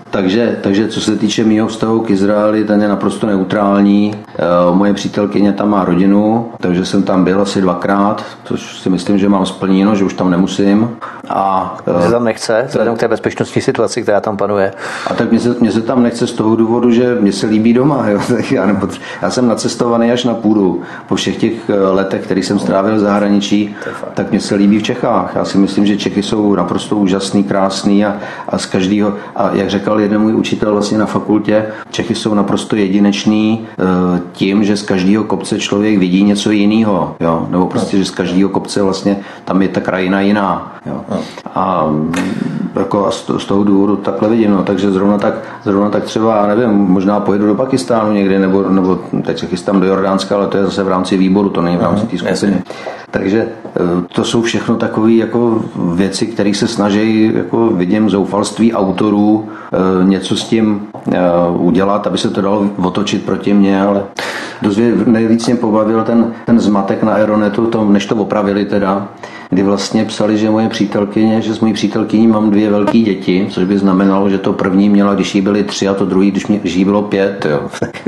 Speaker 2: Takže co se týče mého vztahu k Izraeli, ten je naprosto neutrální. Moje přítelkyně tam má rodinu, takže jsem tam byl asi 2krát, což si myslím, že mám splněno, že už tam nemusím.
Speaker 1: Že tam nechce, vzhledem k té bezpečnostní situaci, která tam panuje.
Speaker 2: A tak mě se tam nechce z toho důvodu, že mě se líbí doma. Jo? Já jsem nacestovaný až na půdu. Po všech těch letech, který jsem strávil v zahraničí, tak mě se líbí v Čechách. Já si myslím, že Čechy jsou naprosto úžasný, krásný a z každého, a jak řekl jeden můj učitel vlastně na fakultě, Čechy jsou naprosto jedinečný tím, že z každého kopce člověk vidí něco jiného, jo? Nebo prostě, že z každého kopce vlastně tam je ta krajina jiná. Jo? A jako z toho důvodu takhle vidím, no. Takže zrovna tak třeba, nevím, možná pojedu do Pakistánu někdy, nebo teď se chystám do Jordánska, ale to je zase v rámci výboru, to není v rámci té skupiny. Takže to jsou všechno takové jako věci, které se snaží, jako vidím, zoufalství autorů něco s tím udělat, aby se to dalo otočit proti mně, ale nejvíc mě pobavil ten zmatek na Aeronetu, než to opravili teda, kdy vlastně psali, že že s mojí přítelkyní mám 2 velké děti, což by znamenalo, že to první měla, když jí byly 3 a to druhý, když jí bylo 5. Jo.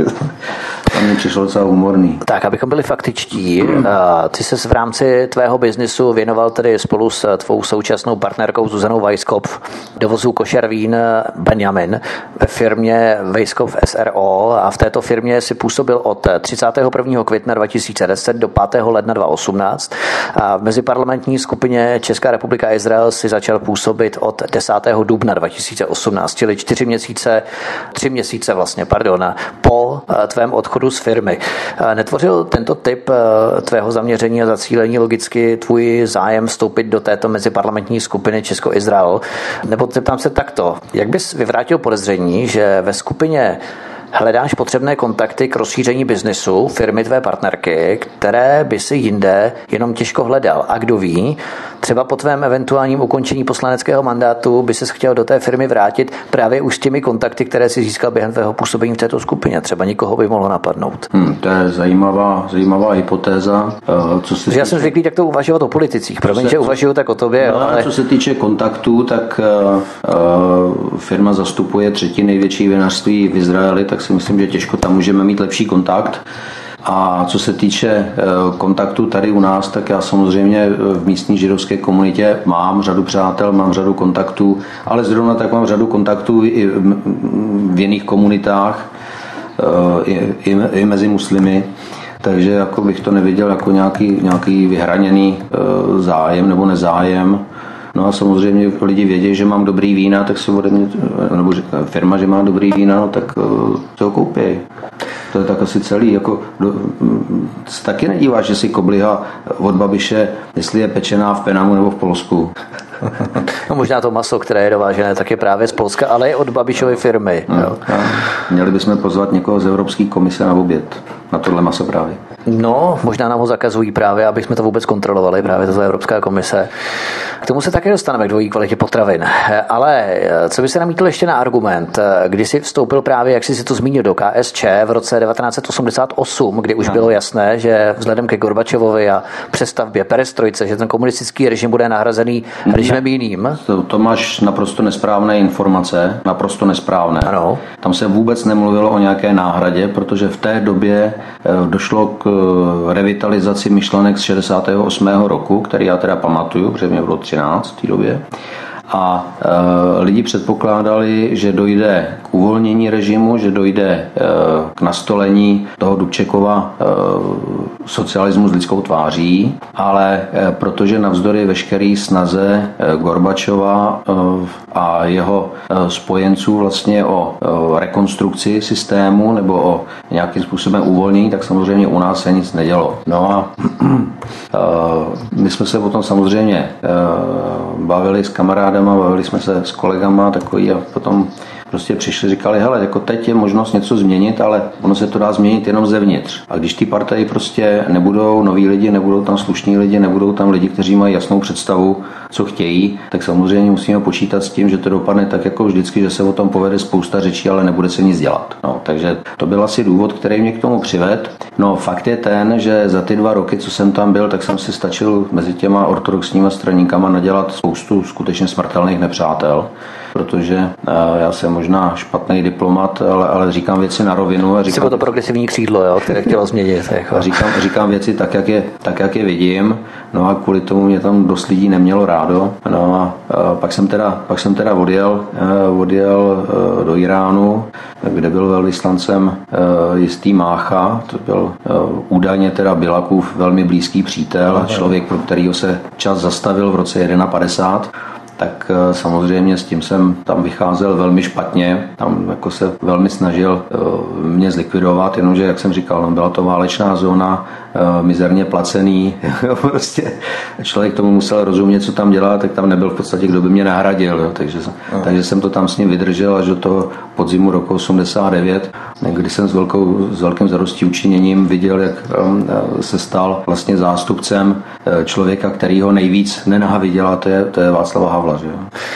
Speaker 2: To mi přišlo docela humorný.
Speaker 1: Tak, abychom byli faktičtí, ty ses v rámci tvého biznisu věnoval tedy spolu s tvou současnou partnerkou Zuzanou Weisskopf dovozu košer vín Benjamin ve firmě Weisskopf SRO a v této firmě si působil od 31. května 2010 do 5. ledna 2018 a v meziparlamentní skupině Česká republika a Izrael si začal působit od 10. dubna 2018, čili 3 měsíce vlastně, po tvém odchodu z firmy. Netvořil tento typ tvého zaměření a zacílení logicky tvůj zájem vstoupit do této meziparlamentní skupiny Česko-Izrael? Nebo zeptám se takto, jak bys vyvrátil podezření, že ve skupině hledáš potřebné kontakty k rozšíření biznesu firmy tvé partnerky, které by si jinde jenom těžko hledal. A kdo ví, třeba po tvém eventuálním ukončení poslaneckého mandátu by ses chtěl do té firmy vrátit právě už s těmi kontakty, které si získal během tvého působení v této skupině. Třeba nikoho by mohlo napadnout.
Speaker 2: To je zajímavá hypotéza.
Speaker 1: Já jsem zvyklý takto uvažovat o politicích. Promiň, že uvažuju tak o tobě.
Speaker 2: No, ale co se týče kontaktů, tak firma zastupuje 3. největší vinařství v Izraeli, tak si myslím, že těžko tam můžeme mít lepší kontakt. A co se týče kontaktu tady u nás, tak já samozřejmě v místní židovské komunitě mám řadu přátel, mám řadu kontaktů, ale zrovna tak mám řadu kontaktů i v jiných komunitách, i mezi muslimy. Takže jako bych to neviděl jako nějaký vyhraněný zájem nebo nezájem. No a samozřejmě lidi vědí, že mám dobrý vína, tak si ode mě, nebo firma, že má dobrý vína, no, tak to ho koupí. To je tak asi celý. Jako, taky nedíváš, že si kobliha od Babiše, jestli je pečená v Penamu nebo v Polsku.
Speaker 1: No, možná to maso, které je dovážené, tak je právě z Polska, ale i od Babišovy firmy.
Speaker 2: No, měli bychom pozvat někoho z Evropské komise na oběd. Na tohle maso právě.
Speaker 1: No, možná nám ho zakazují právě, aby jsme to vůbec kontrolovali, právě tato Evropská komise. K tomu se také dostaneme, k dvojí kvalitě potravin. Ale co by se namítl ještě na argument, kdy jsi vstoupil právě, jak jsi si to zmínil, do KSČ v roce 1988, kdy už bylo jasné, že vzhledem ke Gorbačovovi a přestavbě perestrojce, že ten komunistický režim bude nahrazený režimem jiným.
Speaker 2: To máš naprosto nesprávné informace, naprosto nesprávné.
Speaker 1: Ano.
Speaker 2: Tam se vůbec nemluvilo o nějaké náhradě, protože v té době došlo k revitalizaci myšlenek z 68. roku, který já teda pamatuju, protože mě bylo 13 v té době. A lidi předpokládali, že dojde k uvolnění režimu, že dojde k nastolení toho Dubčekova socialismu s lidskou tváří, ale protože navzdory veškeré snaze Gorbačova a jeho spojenců vlastně o rekonstrukci systému nebo o nějakým způsobem uvolnění, tak samozřejmě u nás se nic nedělo. No a my jsme se potom samozřejmě bavili s kamarádama, bavili jsme se s kolegama takový a potom prostě přišli, říkali, hele, jako teď je možnost něco změnit, ale ono se to dá změnit jenom zevnitř. A když ty partaji prostě nebudou noví lidi, nebudou tam slušní lidi, nebudou tam lidi, kteří mají jasnou představu, co chtějí, tak samozřejmě musíme počítat s tím, že to dopadne tak jako vždycky, že se o tom povede spousta řečí, ale nebude se nic dělat. No, takže to byl asi důvod, který mě k tomu přivedl. No, fakt je ten, že za ty 2 roky, co jsem tam byl, tak jsem si stačil mezi těma ortodoxníma straníkama nadělat spoustu skutečně smrtelných nepřátel. protože já jsem možná špatný diplomat, ale říkám věci na rovinu. A
Speaker 1: říkám to progresivní křídlo, jo, které chtělo změnit. Jako.
Speaker 2: Říkám věci tak, jak je vidím, no a kvůli tomu mě tam dost lidí nemělo rádo. No a pak jsem teda odjel do Iránu, kde byl velvyslancem jistý Mácha, to byl údajně teda Bilakův velmi blízký přítel, člověk, pro kterýho se čas zastavil v roce 51. Tak samozřejmě s tím jsem tam vycházel velmi špatně, tam jako se velmi snažil mě zlikvidovat, jenomže, jak jsem říkal, byla to válečná zóna, mizerně placený, prostě člověk tomu musel rozumět, co tam dělá, tak tam nebyl v podstatě, kdo by mě nahradil, jo. Takže jsem to tam s ním vydržel až do toho podzimu roku 89, kdy jsem s velkým zadostiučiněním viděl, jak se stal vlastně zástupcem člověka, který ho nejvíc nenáviděl, a to je Václav Havla. Že?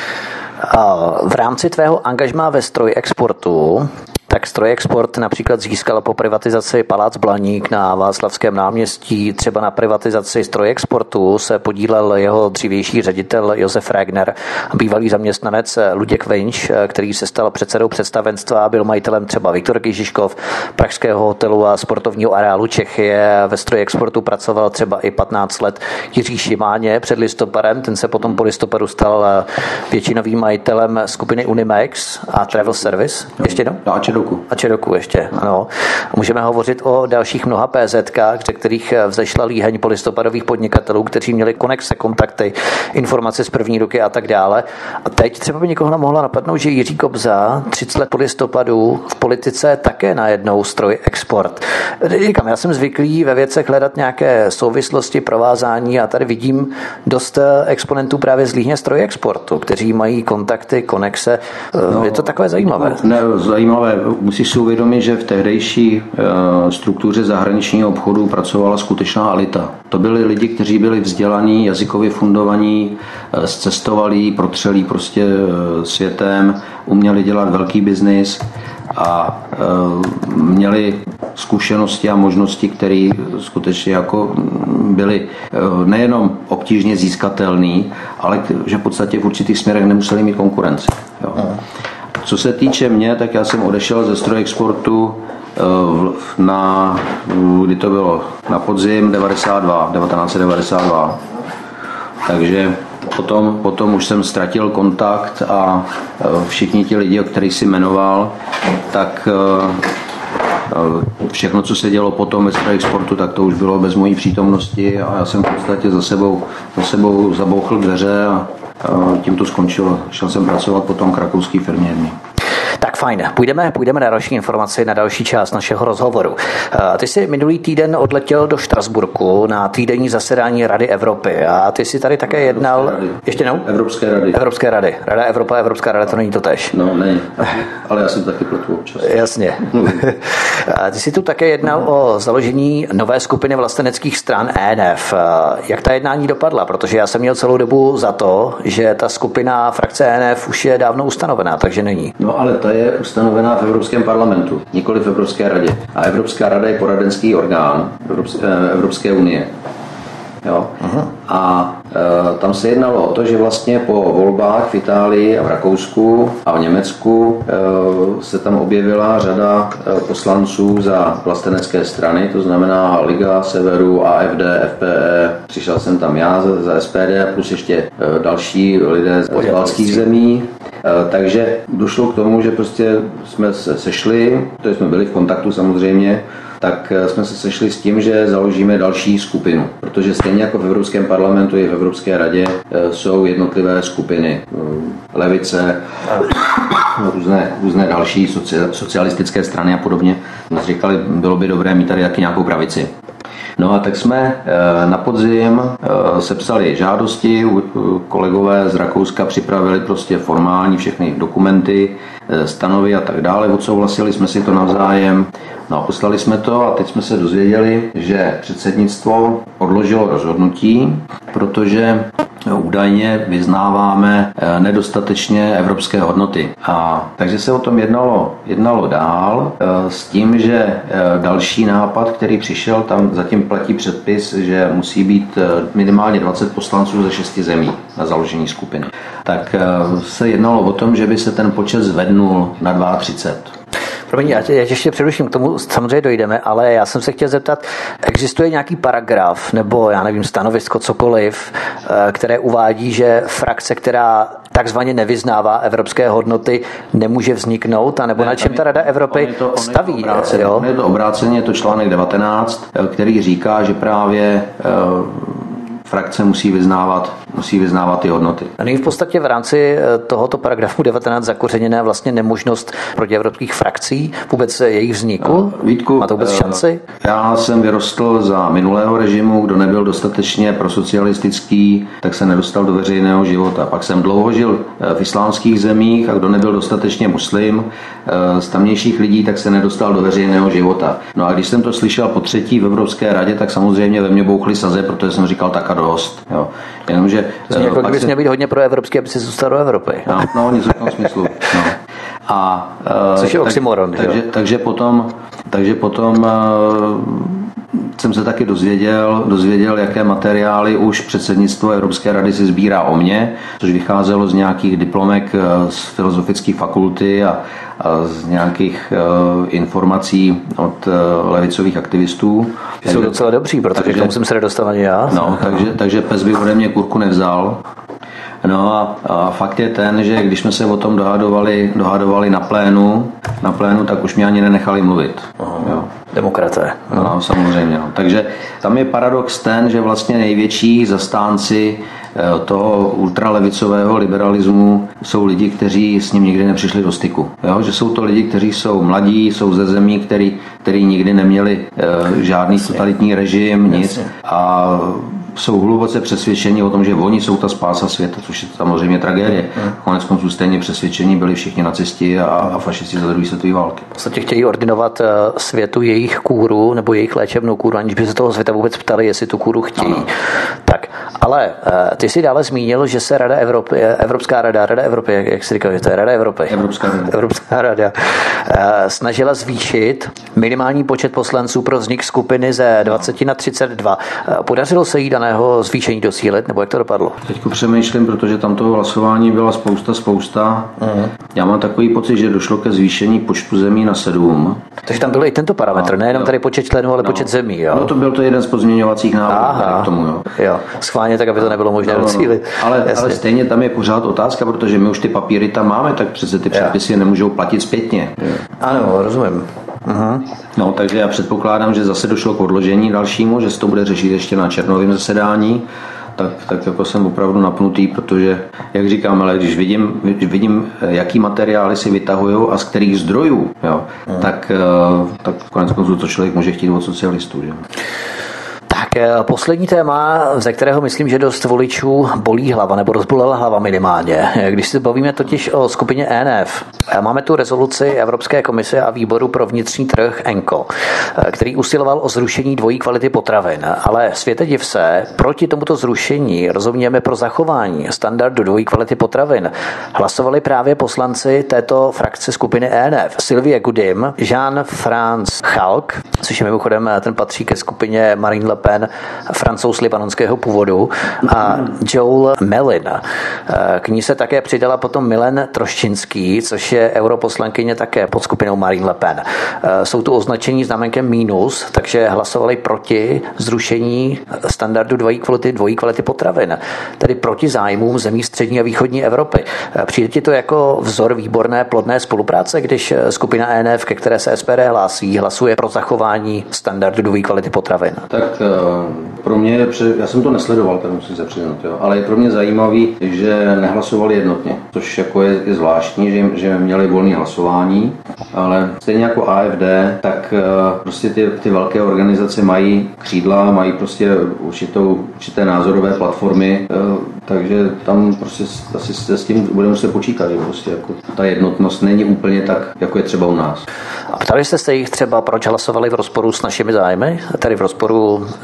Speaker 1: A v rámci tvého angažmá ve Strojexportu, tak Strojexport například získal po privatizaci Palác Blaník na Václavském náměstí, třeba na privatizaci Strojexportu se podílel jeho dřívější ředitel Josef Regner, bývalý zaměstnanec Luděk Vinč, který se stal předsedou představenstva a byl majitelem třeba Viktor Kyžiškov, pražského hotelu a sportovního areálu Čechie. Ve Strojexportu pracoval třeba i 15 let Jiří Šimáně před listopadem, ten se potom po listopadu stal většinovým majitelem skupiny Unimex a Travel Service. Ještě jednou? A Čedoku ještě, ano. Můžeme hovořit o dalších mnoha PZkách, ze kterých vzešla líheň polistopadových podnikatelů, kteří měli konexe, kontakty, informace z první ruky a tak dále. A teď třeba by někoho mohla napadnout, že Jiří Kobza 30 let po listopadu v politice také najednou Strojexport. Říkám, já jsem zvyklý ve věcech hledat nějaké souvislosti, provázání a tady vidím dost exponentů právě z líhně Strojexportu, kteří mají kontakty, konexe. Je to takové zajímavé.
Speaker 2: Zajímavé. Musíš si uvědomit, že v tehdejší struktuře zahraničního obchodu pracovala skutečná elita. To byli lidi, kteří byli vzdělaní, jazykově fundovaní, zcestovali, protřelí prostě světem, uměli dělat velký biznis a měli zkušenosti a možnosti, které skutečně jako byly nejenom obtížně získatelné, ale že v podstatě v určitých směrech nemuseli mít konkurenci. Jo. Co se týče mě, tak já jsem odešel ze Strojexportu kdy to bylo na podzim 1992. Takže potom už jsem ztratil kontakt a všichni ti lidi, o kterých si jmenoval, tak všechno, co se dělo potom ve Strojexportu, tak to už bylo bez mojí přítomnosti a já jsem v podstatě za sebou zabouchl dveře a tím to skončilo. Šel jsem pracovat potom k rakouské firmě jedný.
Speaker 1: Tak fajn, půjdeme na další informaci, na další část našeho rozhovoru. Ty jsi minulý týden odletěl do Štrasburku na týdenní zasedání Rady Evropy a ty jsi tady také jednal... Ještě jednou? Evropské rady. Rada Evropa, Evropská rada, to není to též.
Speaker 2: No, není, ale já jsem taky pletu občas.
Speaker 1: Jasně. Ty jsi tu také jednal o založení nové skupiny vlasteneckých stran ENF. Jak ta jednání dopadla? Protože já jsem měl celou dobu za to, že ta skupina frakce ENF už je dávno ustanovená, takže není.
Speaker 2: No ale ta je ustanovená v Evropském parlamentu, nikoli v Evropské radě. A Evropská rada je poradenský orgán Evropské unie. Jo? A tam se jednalo o to, že vlastně po volbách v Itálii a v Rakousku a v Německu se tam objevila řada poslanců za vlastenecké strany, to znamená Liga Severu, AfD, FPE, přišel jsem tam já za SPD plus ještě další lidé z baltských zemí. Takže došlo k tomu, že prostě jsme se sešli, to jsme byli v kontaktu samozřejmě, tak jsme se sešli s tím, že založíme další skupinu, protože stejně jako v Evropském parlamentu i v Evropské radě jsou jednotlivé skupiny, levice, různé další socialistické strany a podobně. My jsme říkali, bylo by dobré mít tady taky nějakou pravici. No a tak jsme na podzim sepsali žádosti, kolegové z Rakouska připravili prostě formální všechny dokumenty, stanovy a tak dále, odsouhlasili jsme si to navzájem, no a poslali jsme to a teď jsme se dozvěděli, že předsednictvo odložilo rozhodnutí, protože údajně vyznáváme nedostatečně evropské hodnoty. A takže se o tom jednalo dál s tím, že další nápad, který přišel, tam zatím platí předpis, že musí být minimálně 20 poslanců ze 6 zemí na založení skupiny. Tak se jednalo o tom, že by se ten počet zvednul na 32.
Speaker 1: Promiň, já ještě předuším, k tomu samozřejmě dojdeme, ale já jsem se chtěl zeptat, existuje nějaký paragraf nebo, já nevím, stanovisko, cokoliv, které uvádí, že frakce, která takzvaně nevyznává evropské hodnoty, nemůže vzniknout, anebo na čem ta Rada Evropy staví?
Speaker 2: Je to obráceně, je to článek 19, který říká, že právě frakce musí vyznávat ty hodnoty.
Speaker 1: A není v podstatě v rámci tohoto paragrafu 19 zakořeněná vlastně nemožnost protievropských frakcí, vůbec jejich vzniku?
Speaker 2: Vítku,
Speaker 1: má to vůbec šanci?
Speaker 2: Já jsem vyrostl za minulého režimu, kdo nebyl dostatečně prosocialistický, tak se nedostal do veřejného života. Pak jsem dlouho žil v islámských zemích a kdo nebyl dostatečně muslim z tamnějších lidí, tak se nedostal do veřejného života. No a když jsem to slyšel po třetí v Evropské radě, tak samozřejmě ve mně bouchly saze, protože jsem říkal tak a dost. Jo. Jenomže
Speaker 1: jako kdybys měl být hodně proevropský, aby si zůstal do Evropy.
Speaker 2: No, něco v tom smyslu. No.
Speaker 1: Což je oxymoron.
Speaker 2: Takže potom jsem se taky dozvěděl, jaké materiály už předsednictvo Evropské rady si sbírá o mně, což vycházelo z nějakých diplomek z filozofické fakulty a z nějakých informací od levicových aktivistů.
Speaker 1: Jsou docela dobří, protože k tomu jsem se nedostal ani já.
Speaker 2: No, takže pes by ode mě kurku nevzal. No a fakt je ten, že když jsme se o tom dohadovali na plénu, tak už mě ani nenechali mluvit. Jo.
Speaker 1: Demokraté.
Speaker 2: No, samozřejmě. No. Takže tam je paradox ten, že vlastně největší zastánci toho ultralevicového liberalismu jsou lidi, kteří s ním nikdy nepřišli do styku. Jo? Že jsou to lidi, kteří jsou mladí, jsou ze zemí, který nikdy neměli žádný totalitní režim, nic. A jsou hluboce přesvědčeni o tom, že oni jsou ta spása světa, což je samozřejmě tragédie. Konec konců stejně přesvědčení byli všichni nacisti a fašisti za druhé světové války.
Speaker 1: V podstatě chtějí ordinovat světu jejich kůru nebo jejich léčebnou kůru, aniž by se toho světa vůbec ptali, jestli tu kůru chtějí. Ano. Tak, ale ty jsi dále zmínil, že se Rada Evropy, Rada Evropy, jak jsi říkal, že to je Rada Evropy. Evropská rada snažila zvýšit minimální počet poslanců pro vznik skupiny ze 20 na 32. Podařilo se jí daného zvýšení docílit, nebo jak to dopadlo?
Speaker 2: Teďko přemýšlím, protože tam toho hlasování byla spousta. Já mám takový pocit, že došlo ke zvýšení počtu zemí na 7.
Speaker 1: Takže tam byl i tento parametr, nejenom tady počet členů, ale počet zemí. Jo?
Speaker 2: No to byl to jeden z pozměňovacích návrhů k tomu.
Speaker 1: Jo. Schválně tak, aby to nebylo možné docílit.
Speaker 2: Ale stejně tam je pořád otázka, protože my už ty papíry tam máme, tak přece ty předpisy nemůžou platit zpětně.
Speaker 1: Ano, rozumím.
Speaker 2: No, takže já předpokládám, že zase došlo k odložení dalšímu, že se to bude řešit ještě na červnovém zasedání. Tak jako jsem opravdu napnutý, protože, jak říkám, ale když vidím, jaký materiály si vytahují a z kterých zdrojů, jo, tak konec konců to člověk může chtít od socialistů. Že?
Speaker 1: Tak poslední téma, ze kterého myslím, že dost voličů bolí hlava, nebo rozbolela hlava minimálně. Když se bavíme totiž o skupině ENF, máme tu rezoluci Evropské komise a výboru pro vnitřní trh ENCO, který usiloval o zrušení dvojí kvality potravin. Ale světe div se, proti tomuto zrušení, rozumějeme pro zachování standardu dvojí kvality potravin, hlasovali právě poslanci této frakce skupiny ENF. Sylvie Goudin, Jean-Franc Chalk, což je mimochodem, ten patří ke skupině Marine Le Pen, Francouz libanonského původu, a Joel Mellin. K ní se také přidala potom Milen Troščinský, což je europoslankyně také pod skupinou Marine Le Pen. Jsou tu označení znamenkem mínus, takže hlasovali proti zrušení standardu dvojí kvality potravin, tedy proti zájmům zemí střední a východní Evropy. Přijde ti to jako vzor výborné plodné spolupráce, když skupina ENF, ke které se SPD hlásí, hlasuje pro zachování standardu dvojí kvality potravin?
Speaker 2: Tak pro mě, já jsem to nesledoval, tak musím se přiznat, jo, ale je pro mě zajímavý, že nehlasovali jednotně, což jako je zvláštní, že měli volné hlasování, ale stejně jako AfD, tak prostě ty velké organizace mají křídla, mají prostě určité názorové platformy, takže tam prostě asi s tím budeme muset počítat, že prostě jako ta jednotnost není úplně tak, jako je třeba u nás.
Speaker 1: A ptali jste se jich třeba, proč hlasovali v rozporu s našimi zájmy, tedy v rozporu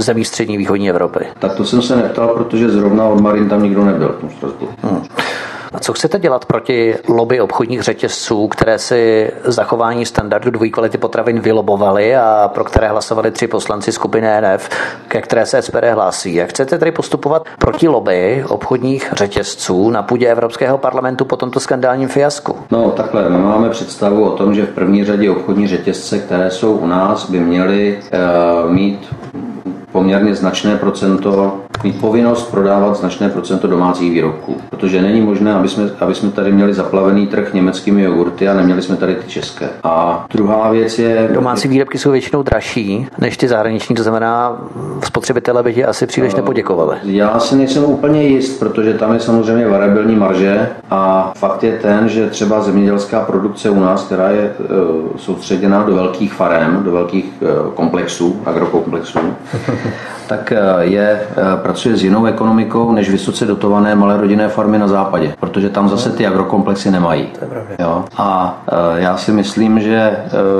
Speaker 1: zemí střední východní Evropy?
Speaker 2: Tak to jsem se neptal, protože zrovna od Marin tam nikdo nebyl v tom Štrasburku.
Speaker 1: A co chcete dělat proti lobby obchodních řetězců, které si zachování standardu dvojí kvality potravin vylobovaly a pro které hlasovali 3 poslanci skupiny NF, ke které se SPD hlásí? Jak chcete tedy postupovat proti lobby obchodních řetězců na půdě Evropského parlamentu po tomto skandálním fiasku?
Speaker 2: No takhle, my máme představu o tom, že v první řadě obchodní řetězce, které jsou u nás, by měly mít poměrně značné procento, mít povinnost prodávat značné procento domácích výrobků. Protože není možné, aby jsme tady měli zaplavený trh německými jogurty a neměli jsme tady ty české. A druhá věc je...
Speaker 1: Domácí výrobky jsou většinou dražší než ty zahraniční, to znamená, spotřebitelé by ti asi příliš nepoděkovali.
Speaker 2: Já si nejsem úplně jist, protože tam je samozřejmě variabilní marže a fakt je ten, že třeba zemědělská produkce u nás, která je soustředěná do velkých farem, do velkých komplexů, agrokomplexů, tak pracuje s jinou ekonomikou než vysoce dotované malé rodinné farmy na západě, protože tam zase ty agrokomplexy nemají. Jo? A já si myslím, že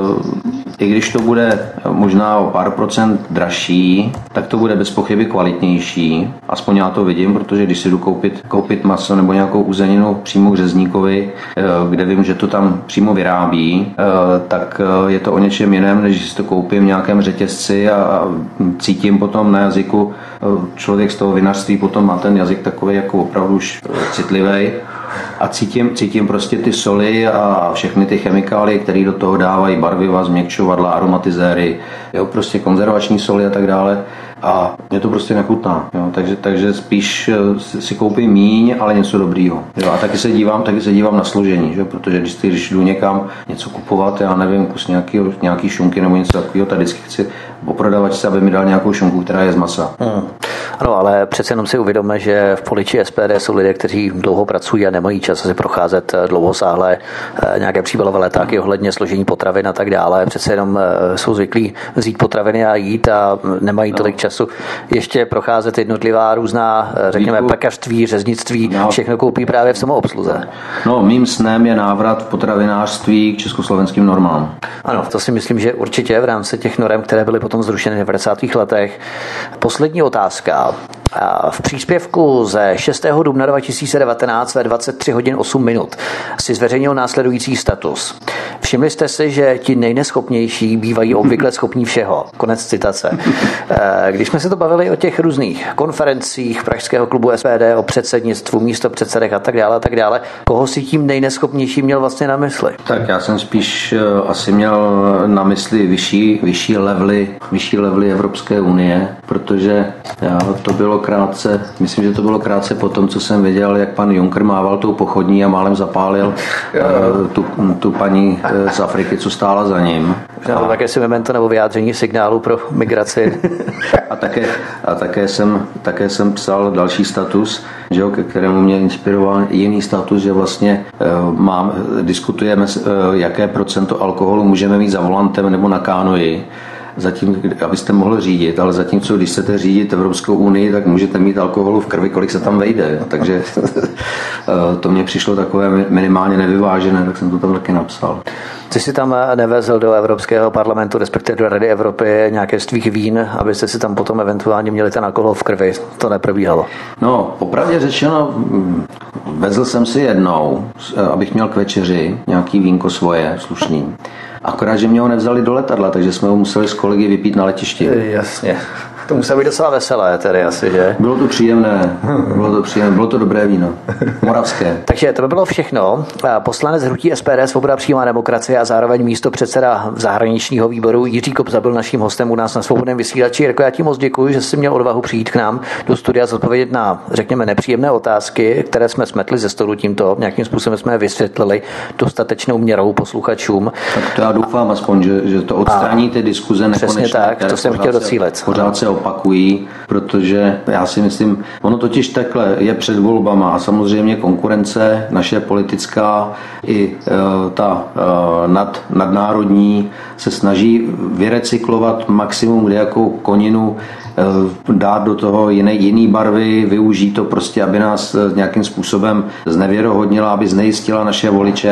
Speaker 2: i když to bude možná o pár procent dražší, tak to bude bez pochyby kvalitnější. Aspoň já to vidím, protože když si jdu koupit maso nebo nějakou uzeninu přímo k řezníkovi, kde vím, že to tam přímo vyrábí, tak je to o něčem jiném, než když si to koupím v nějakém řetězci a cítím potom na jazyku, člověk z toho vinařství potom má ten jazyk takový jako opravdu už citlivý a cítím prostě ty soli a všechny ty chemikálie, které do toho dávají, barviva, změkčovadla, aromatizéry, jo, prostě konzervační soli a tak dále. A mě to prostě nechutná, jo. Takže spíš si koupím míň, ale něco dobrýho. Jo. A taky se dívám na složení, že? Protože když jdu někam něco kupovat, já nevím, kus nějaký šunky nebo něco takového, tak vždycky chci po prodavačce, aby mi dal nějakou šunku, která je z masa.
Speaker 1: Ano, ale přece jenom si uvědomme, že v poliči SPD jsou lidé, kteří dlouho pracují a nemají čas si procházet dlouhosáhlé nějaké příbalové letáky ohledně složení potravin a tak dále. Přece jenom jsou zvyklí vzít potraviny a jít a nemají tolik času ještě procházet jednotlivá různá, řekněme, pekařství, řeznictví, všechno koupí právě v samoobsluze.
Speaker 2: No, mým snem je návrat v potravinářství k československým normám.
Speaker 1: Ano, to si myslím, že určitě v rámci těch norem, které byly potom zrušeny v 90. letech. Poslední otázka. V příspěvku ze 6. dubna 2019 ve 23 hodin 8 minut si zveřejnil následující status. Všimli jste si, že ti nejneschopnější bývají obvykle schopní všeho. Konec citace. Když jsme se to bavili o těch různých konferencích Pražského klubu SPD, o předsednictvu, místopředsedech a tak dále, koho si tím nejneschopnější měl vlastně na mysli?
Speaker 2: Tak já jsem spíš asi měl na mysli vyšší levely Evropské unie, protože to bylo krátce, myslím, že to bylo krátce po tom, co jsem viděl, jak pan Juncker mával tou pochodní a málem zapálil tu paní z Afriky, co stála za ním.
Speaker 1: Možná to také si memento nebo vyjádření signálu pro migraci.
Speaker 2: A také jsem psal další status, že jo, ke kterému mě inspiroval jiný status, že vlastně diskutujeme, jaké procento alkoholu můžeme mít za volantem nebo na kánoji, abyste mohli řídit, ale zatímco, když chcete řídit Evropskou unii, tak můžete mít alkoholu v krvi, kolik se tam vejde. Takže to mně přišlo takové minimálně nevyvážené, tak jsem to tam taky napsal.
Speaker 1: Ty jsi tam nevezl do Evropského parlamentu, respektive do Rady Evropy nějaké z tvých vín, abyste si tam potom eventuálně měli ten alkohol v krvi. To neprobíhalo.
Speaker 2: No, popravdě řečeno, vezl jsem si jednou, abych měl k večeři nějaký vínko svoje, slušný. Akorát, že mě ho nevzali do letadla, takže jsme ho museli s kolegy vypít na letišti.
Speaker 1: Jasně. To muselo být docela veselé tedy asi, že?
Speaker 2: Bylo to příjemné, bylo to dobré víno, moravské.
Speaker 1: Takže to by bylo všechno. Poslanec hnutí SPD Svoboda přímá demokracie a zároveň místopředseda zahraničního výboru Jiří Kobza byl naším hostem u nás na Svobodném vysílači. Jirko, já ti moc děkuji, že jsi měl odvahu přijít k nám do studia zodpovědět na, řekněme, nepříjemné otázky, které jsme smetli ze stolu tímto. Nějakým způsobem jsme je vysvětlili dostatečnou měrou posluchačům.
Speaker 2: Tak to já doufám aspoň, že to odstraní ty diskuze nekonečné.
Speaker 1: Přesně tak, to jsem chtěl docílit.
Speaker 2: Pořád se opakují, protože já si myslím, ono totiž takhle je před volbama a samozřejmě konkurence naše politická i ta nadnárodní se snaží vyrecyklovat maximum kdejakou koninu, dát do toho jiný barvy, využít to prostě, aby nás nějakým způsobem znevěrohodnila, aby znejistila naše voliče.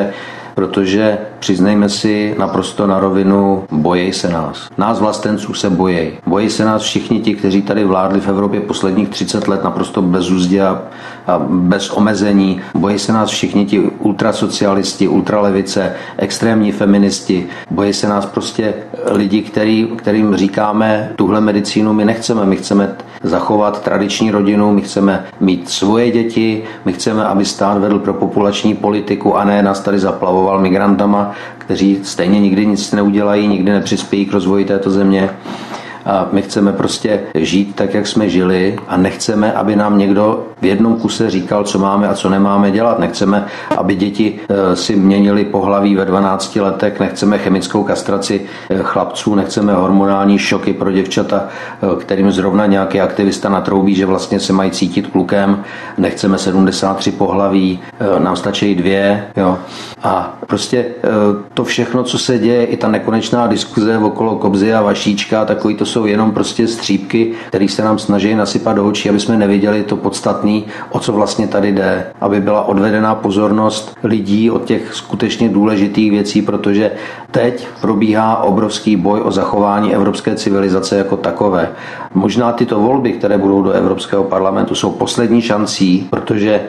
Speaker 2: protože přiznejme si naprosto na rovinu, bojí se nás. Nás vlastenců se bojí. Bojí se nás všichni ti, kteří tady vládli v Evropě posledních 30 let naprosto bezuzdě a bez omezení. Bojí se nás všichni ti ultrasocialisti, ultralevice, extrémní feministi. Bojí se nás prostě lidi, kterým říkáme, tuhle medicínu my nechceme. My chceme zachovat tradiční rodinu, my chceme mít svoje děti, my chceme, aby stát vedl pro populační politiku a ne nás tady zaplavoval migrantama, kteří stejně nikdy nic neudělají, nikdy nepřispějí k rozvoji této země. A my chceme prostě žít tak, jak jsme žili a nechceme, aby nám někdo v jednom kuse říkal, co máme a co nemáme dělat. Nechceme, aby děti si měnily pohlaví ve 12 letech, nechceme chemickou kastraci chlapců, nechceme hormonální šoky pro děvčata, kterým zrovna nějaký aktivista natroubí, že vlastně se mají cítit klukem, nechceme 73 pohlaví, nám stačí 2. Jo. A prostě to všechno, co se děje, i ta nekonečná diskuze okolo Kobzy a Vašíčka, takový to jsou jenom prostě střípky, které se nám snaží nasypat do očí, aby jsme neviděli to podstatné, o co vlastně tady jde, aby byla odvedená pozornost lidí od těch skutečně důležitých věcí, protože teď probíhá obrovský boj o zachování evropské civilizace jako takové. Možná tyto volby, které budou do Evropského parlamentu, jsou poslední šancí, protože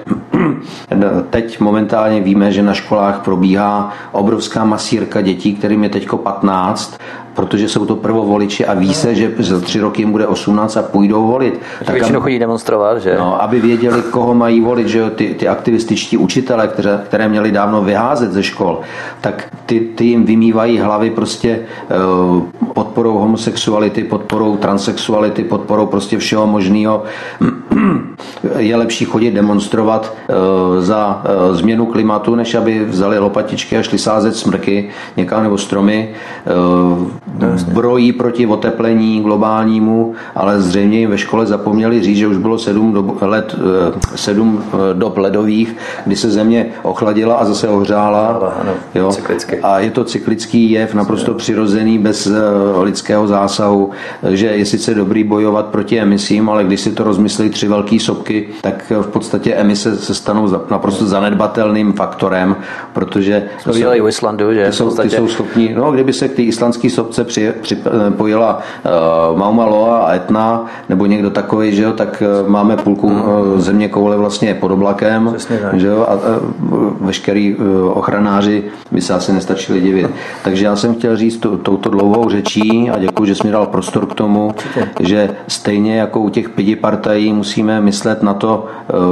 Speaker 2: teď momentálně víme, že na školách probíhá obrovská masírka dětí, kterým je teďko 15, protože jsou to prvovoliči a ví se, že za 3 roky jim bude 18 a půjdou volit.
Speaker 1: Tak většinou chodí demonstrovat, že?
Speaker 2: No, aby věděli, koho mají volit, že jo, ty aktivističtí učitele, které měli dávno vyházet ze škol, tak ty jim vymývají hlavy prostě podporou homosexuality, podporou transsexuality, podporou prostě všeho možného. Je lepší chodit demonstrovat za změnu klimatu, než aby vzali lopatičky a šli sázet smrky někam nebo stromy. Brojí proti oteplení globálnímu, ale zřejmě jim ve škole zapomněli říct, že už bylo 7 dob ledových, kdy se země ochladila a zase ohřála. Jo? A je to cyklický jev, naprosto přirozený, bez lidského zásahu, že je sice dobrý bojovat proti emisím, ale když si to rozmyslí 3 velké sopky, tak v podstatě emise se stanou naprosto zanedbatelným faktorem, protože
Speaker 1: to dělají u Islandu, že?
Speaker 2: Ty jsou schopní, no, kdyby se k té islandské sopce připojila Mauna Loa a Etna, nebo někdo takový, že jo, tak máme půlku země koule vlastně pod oblakem, že jo, a veškerý ochranáři by se asi nestačili divit. Takže já jsem chtěl říct touto dlouhou řečí a děkuji, že jsi mi dal prostor k tomu, že stejně jako u těch 5 partají musíme myslet na to,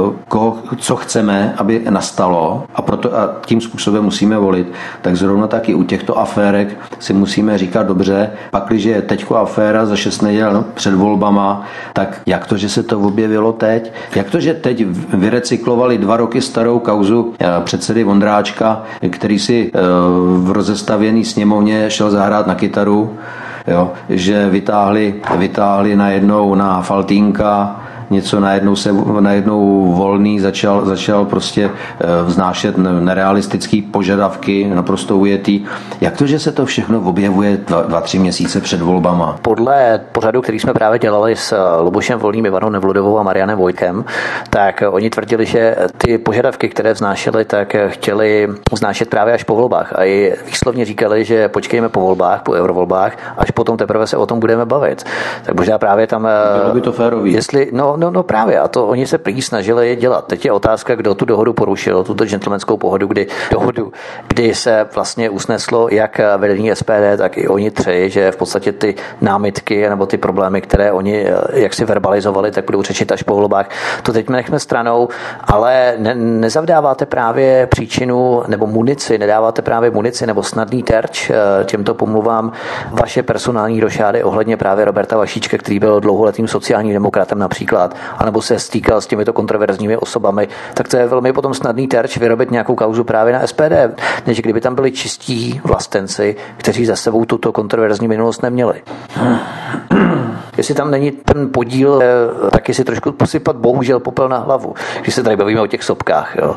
Speaker 2: co chceme, aby nastalo a tím způsobem musíme volit, tak zrovna taky u těchto aférek si musíme říkat dobře, pakliže je teďko aféra za 6 neděl před volbama, tak jak to, že se to objevilo teď? Jak to, že teď vyrecyklovali 2 roky starou kauzu předsedy Vondráčka, který si v rozestavěný sněmovně šel zahrát na kytaru, jo, že vytáhli najednou na Faltýnka něco najednou volný, začal prostě vznášet nerealistický požadavky, naprosto ujetý. Jak to, že se to všechno objevuje 2-3 měsíce před volbama?
Speaker 1: Podle pořadu, který jsme právě dělali s Lubošem Volným, Ivanou Nevludovou a Marianem Vojtkem, tak oni tvrdili, že ty požadavky, které vznášeli, tak chtěli vznášet právě až po volbách. A i výslovně říkali, že počkejme po volbách, po eurovolbách, až potom teprve se o tom budeme bavit. Tak možná právě tam...
Speaker 2: Bylo by to férový.
Speaker 1: No právě, a to oni se prý snažili dělat. Teď je otázka, kdo tu dohodu porušil, tuto gentlemanskou dohodu, kdy se vlastně usneslo jak vedení SPD, tak i oni 3, že v podstatě ty námitky nebo ty problémy, které oni jak si verbalizovali, tak budou řešit až po volbách. To teď nechme stranou, ale nezavdáváte právě příčinu nebo nedáváte právě munici nebo snadný terč těmto pomluvám vaše personální rošády ohledně právě Roberta Vašíčka, který byl dlouholetým sociálním demokratem například, anebo se stýkal s těmito kontroverzními osobami, tak to je velmi potom snadný terč vyrobit nějakou kauzu právě na SPD, než kdyby tam byli čistí vlastenci, kteří za sebou tuto kontroverzní minulost neměli. Jestli tam není ten podíl, taky si trošku posypat bohužel popel na hlavu, když se tady bavíme o těch sopkách. Jo.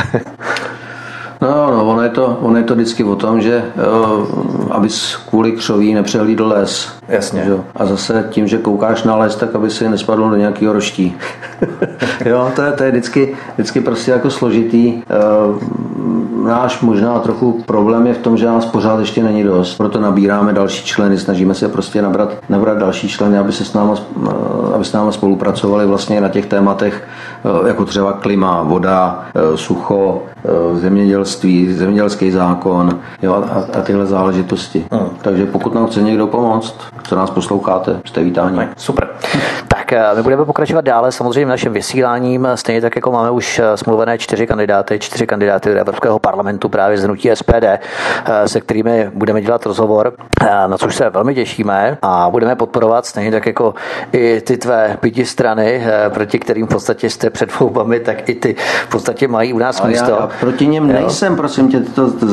Speaker 2: No, ono je to vždycky o tom, že abys kvůli křoví nepřehlídl les.
Speaker 1: Jasně.
Speaker 2: Že? A zase tím, že koukáš na les, tak aby si nespadl do nějakého roští. Jo, to je vždycky prostě jako složitý. náš možná trochu problém je v tom, že nás pořád ještě není dost. Proto nabíráme další členy, snažíme se prostě nabrat další členy, aby s námi spolupracovali vlastně na těch tématech, jako třeba klima, voda, sucho, zemědělství, zemědělský zákon, jo, a tyhle záležitosti. Takže pokud nám chce někdo pomoct, co nás posloucháte, jste vítáni.
Speaker 1: Super. Tak my budeme pokračovat dále samozřejmě naším vysíláním, stejně tak, jako máme už smluvené 4 kandidáty do Evropského parlamentu právě z hnutí SPD, se kterými budeme dělat rozhovor, na což se velmi těšíme a budeme podporovat stejně tak, jako i ty tvé 5 strany, proti kterým v podstatě jste před volbami, tak i ty v podstatě mají u nás místo.
Speaker 2: Já proti něm nejsem, prosím tě,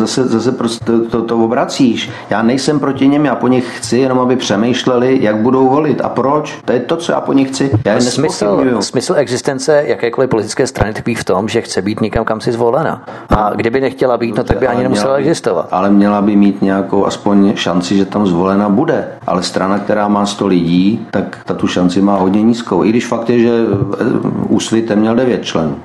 Speaker 2: to obracíš. Já nejsem proti něm, já po nich chci jenom, aby přemýšleli, jak budou volit a proč. To je to, co já po nich chci.
Speaker 1: Smysl existence jakékoliv politické strany tkví v tom, že chce být někam, kam si zvolena. A kdyby nechtěla být, no tak by ani nemusela existovat.
Speaker 2: Ale měla by mít nějakou aspoň šanci, že tam zvolena bude. Ale strana, která má 100 lidí, tak ta tu šanci má hodně nízkou. I když fakt je, že Úsvit měl 9 členů.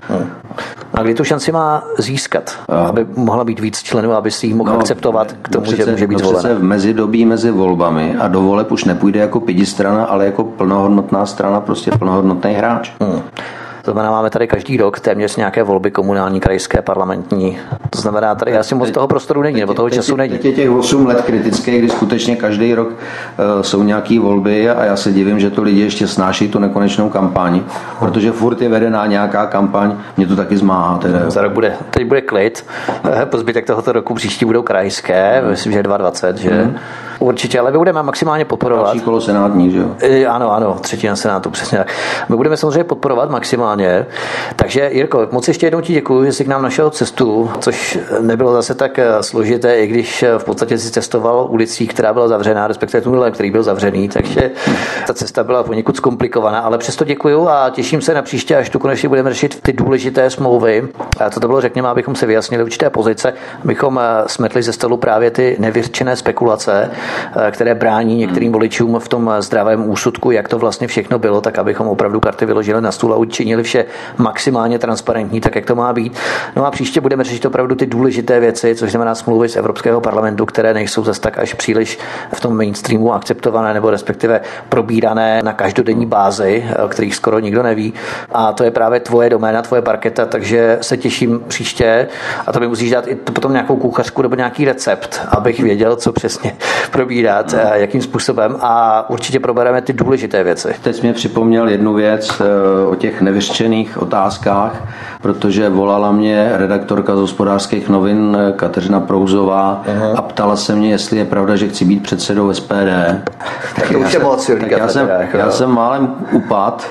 Speaker 1: A kdy tu šanci má získat, aby mohla být víc členů, aby si ji mohl akceptovat k tomu, že může být zvolena?
Speaker 2: Přece v mezidobí mezi volbami a do voleb už nepůjde jako 5 strana, ale jako plnohodnotná strana, prostě plnohodnotný hráč.
Speaker 1: To znamená, máme tady každý rok téměř nějaké volby komunální, krajské, parlamentní. To znamená, tady asi moc toho prostoru není, nebo toho času není.
Speaker 2: Teď je těch 8 let kritických, kdy skutečně každý rok jsou nějaké volby a já se divím, že to lidi ještě snáší tu nekonečnou kampaň, protože furt je vedená nějaká kampaň, mě to taky zmáhá.
Speaker 1: Teď bude klid, po zbytek tohoto roku příští budou krajské, myslím, že 22, že? Určitě, ale my budeme maximálně podporovat.
Speaker 2: Další kolo senátní, že jo?
Speaker 1: Ano, třetina senátu, přesně tak. My budeme samozřejmě podporovat maximálně. Takže Jirko, moc ještě jednou ti děkuji, že jsi k nám našel cestu, což nebylo zase tak složité, i když v podstatě si cestoval ulicí, která byla zavřená, respektive tunelem, který byl zavřený, takže ta cesta byla poněkud zkomplikovaná, ale přesto děkuji a těším se na příště, až tu konečně budeme řešit ty důležité smlouvy. A to bylo, řekněme, abychom si vyjasnili určité pozice, abychom smetli ze stolu právě ty nevyřčené spekulace, které brání některým voličům v tom zdravém úsudku, jak to vlastně všechno bylo, tak abychom opravdu karty vyložili na stůl a učinili vše maximálně transparentní, tak jak to má být. No a příště budeme řešit opravdu ty důležité věci, což znamená smlouvy z Evropského parlamentu, které nejsou zas tak až příliš v tom mainstreamu akceptované nebo respektive probírané na každodenní bázi, o kterých skoro nikdo neví. A to je právě tvoje doména, tvoje parketa, takže se těším příště a to mi musíš dát i potom nějakou kuchařku nebo nějaký recept, abych věděl, co přesně probírat, jakým způsobem a určitě probereme ty důležité věci.
Speaker 2: Teď jsi mě připomněl jednu věc o těch nevyřčených otázkách, protože volala mě redaktorka z Hospodářských novin Kateřina Prouzová a ptala se mě, jestli je pravda, že chci být předsedou SPD.
Speaker 1: Tak už je moc,
Speaker 2: já jsem málem upad.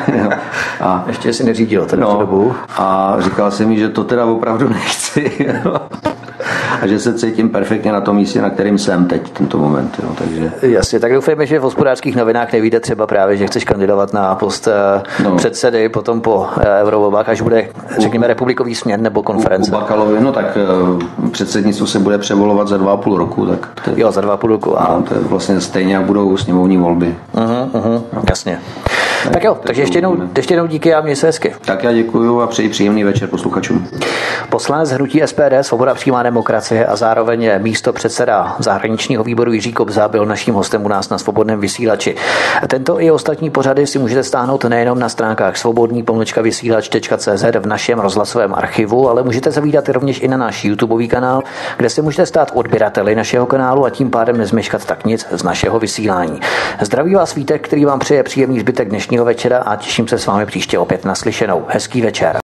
Speaker 1: A ještě si neřídil tu dobu.
Speaker 2: A říkal jsem mi, že to teda opravdu nechci. A že se cítím perfektně na tom místě, na kterým jsem teď, tento moment. Jo, takže.
Speaker 1: Jasně, tak doufejme, že v Hospodářských novinách nevíde třeba právě, že chceš kandidovat na post předsedy, potom po eurovolbách, až bude, řekněme, republikový směn nebo konference.
Speaker 2: U Bakalovi, no tak předsednictvo se bude převolovat za 2,5 roku. Tak
Speaker 1: jo, za 2,5 roku.
Speaker 2: No, to je vlastně stejně, jak budou sněmovní volby.
Speaker 1: Jasně. Tak jo, takže ještě jednou díky a měj se hezky.
Speaker 2: Tak já děkuju a přeji příjemný večer posluchačům.
Speaker 1: Poslanec hnutí SPD, Svoboda, přímá demokracie a zároveň místopředseda zahraničního výboru Jiří Kobza byl naším hostem u nás na Svobodném vysílači. Tento i ostatní pořady si můžete stáhnout nejenom na stránkách svobodný-vysílač.cz v našem rozhlasovém archivu, ale můžete zavídat rovněž i na náš YouTubeový kanál, kde se můžete stát odběrateli našeho kanálu a tím pádem nezmeškat tak nic z našeho vysílání. Zdraví vás Vítek, který vám přeje příjemný zbytek dnešního večera a těším se s vámi příště opět naslyšenou. Hezký večer.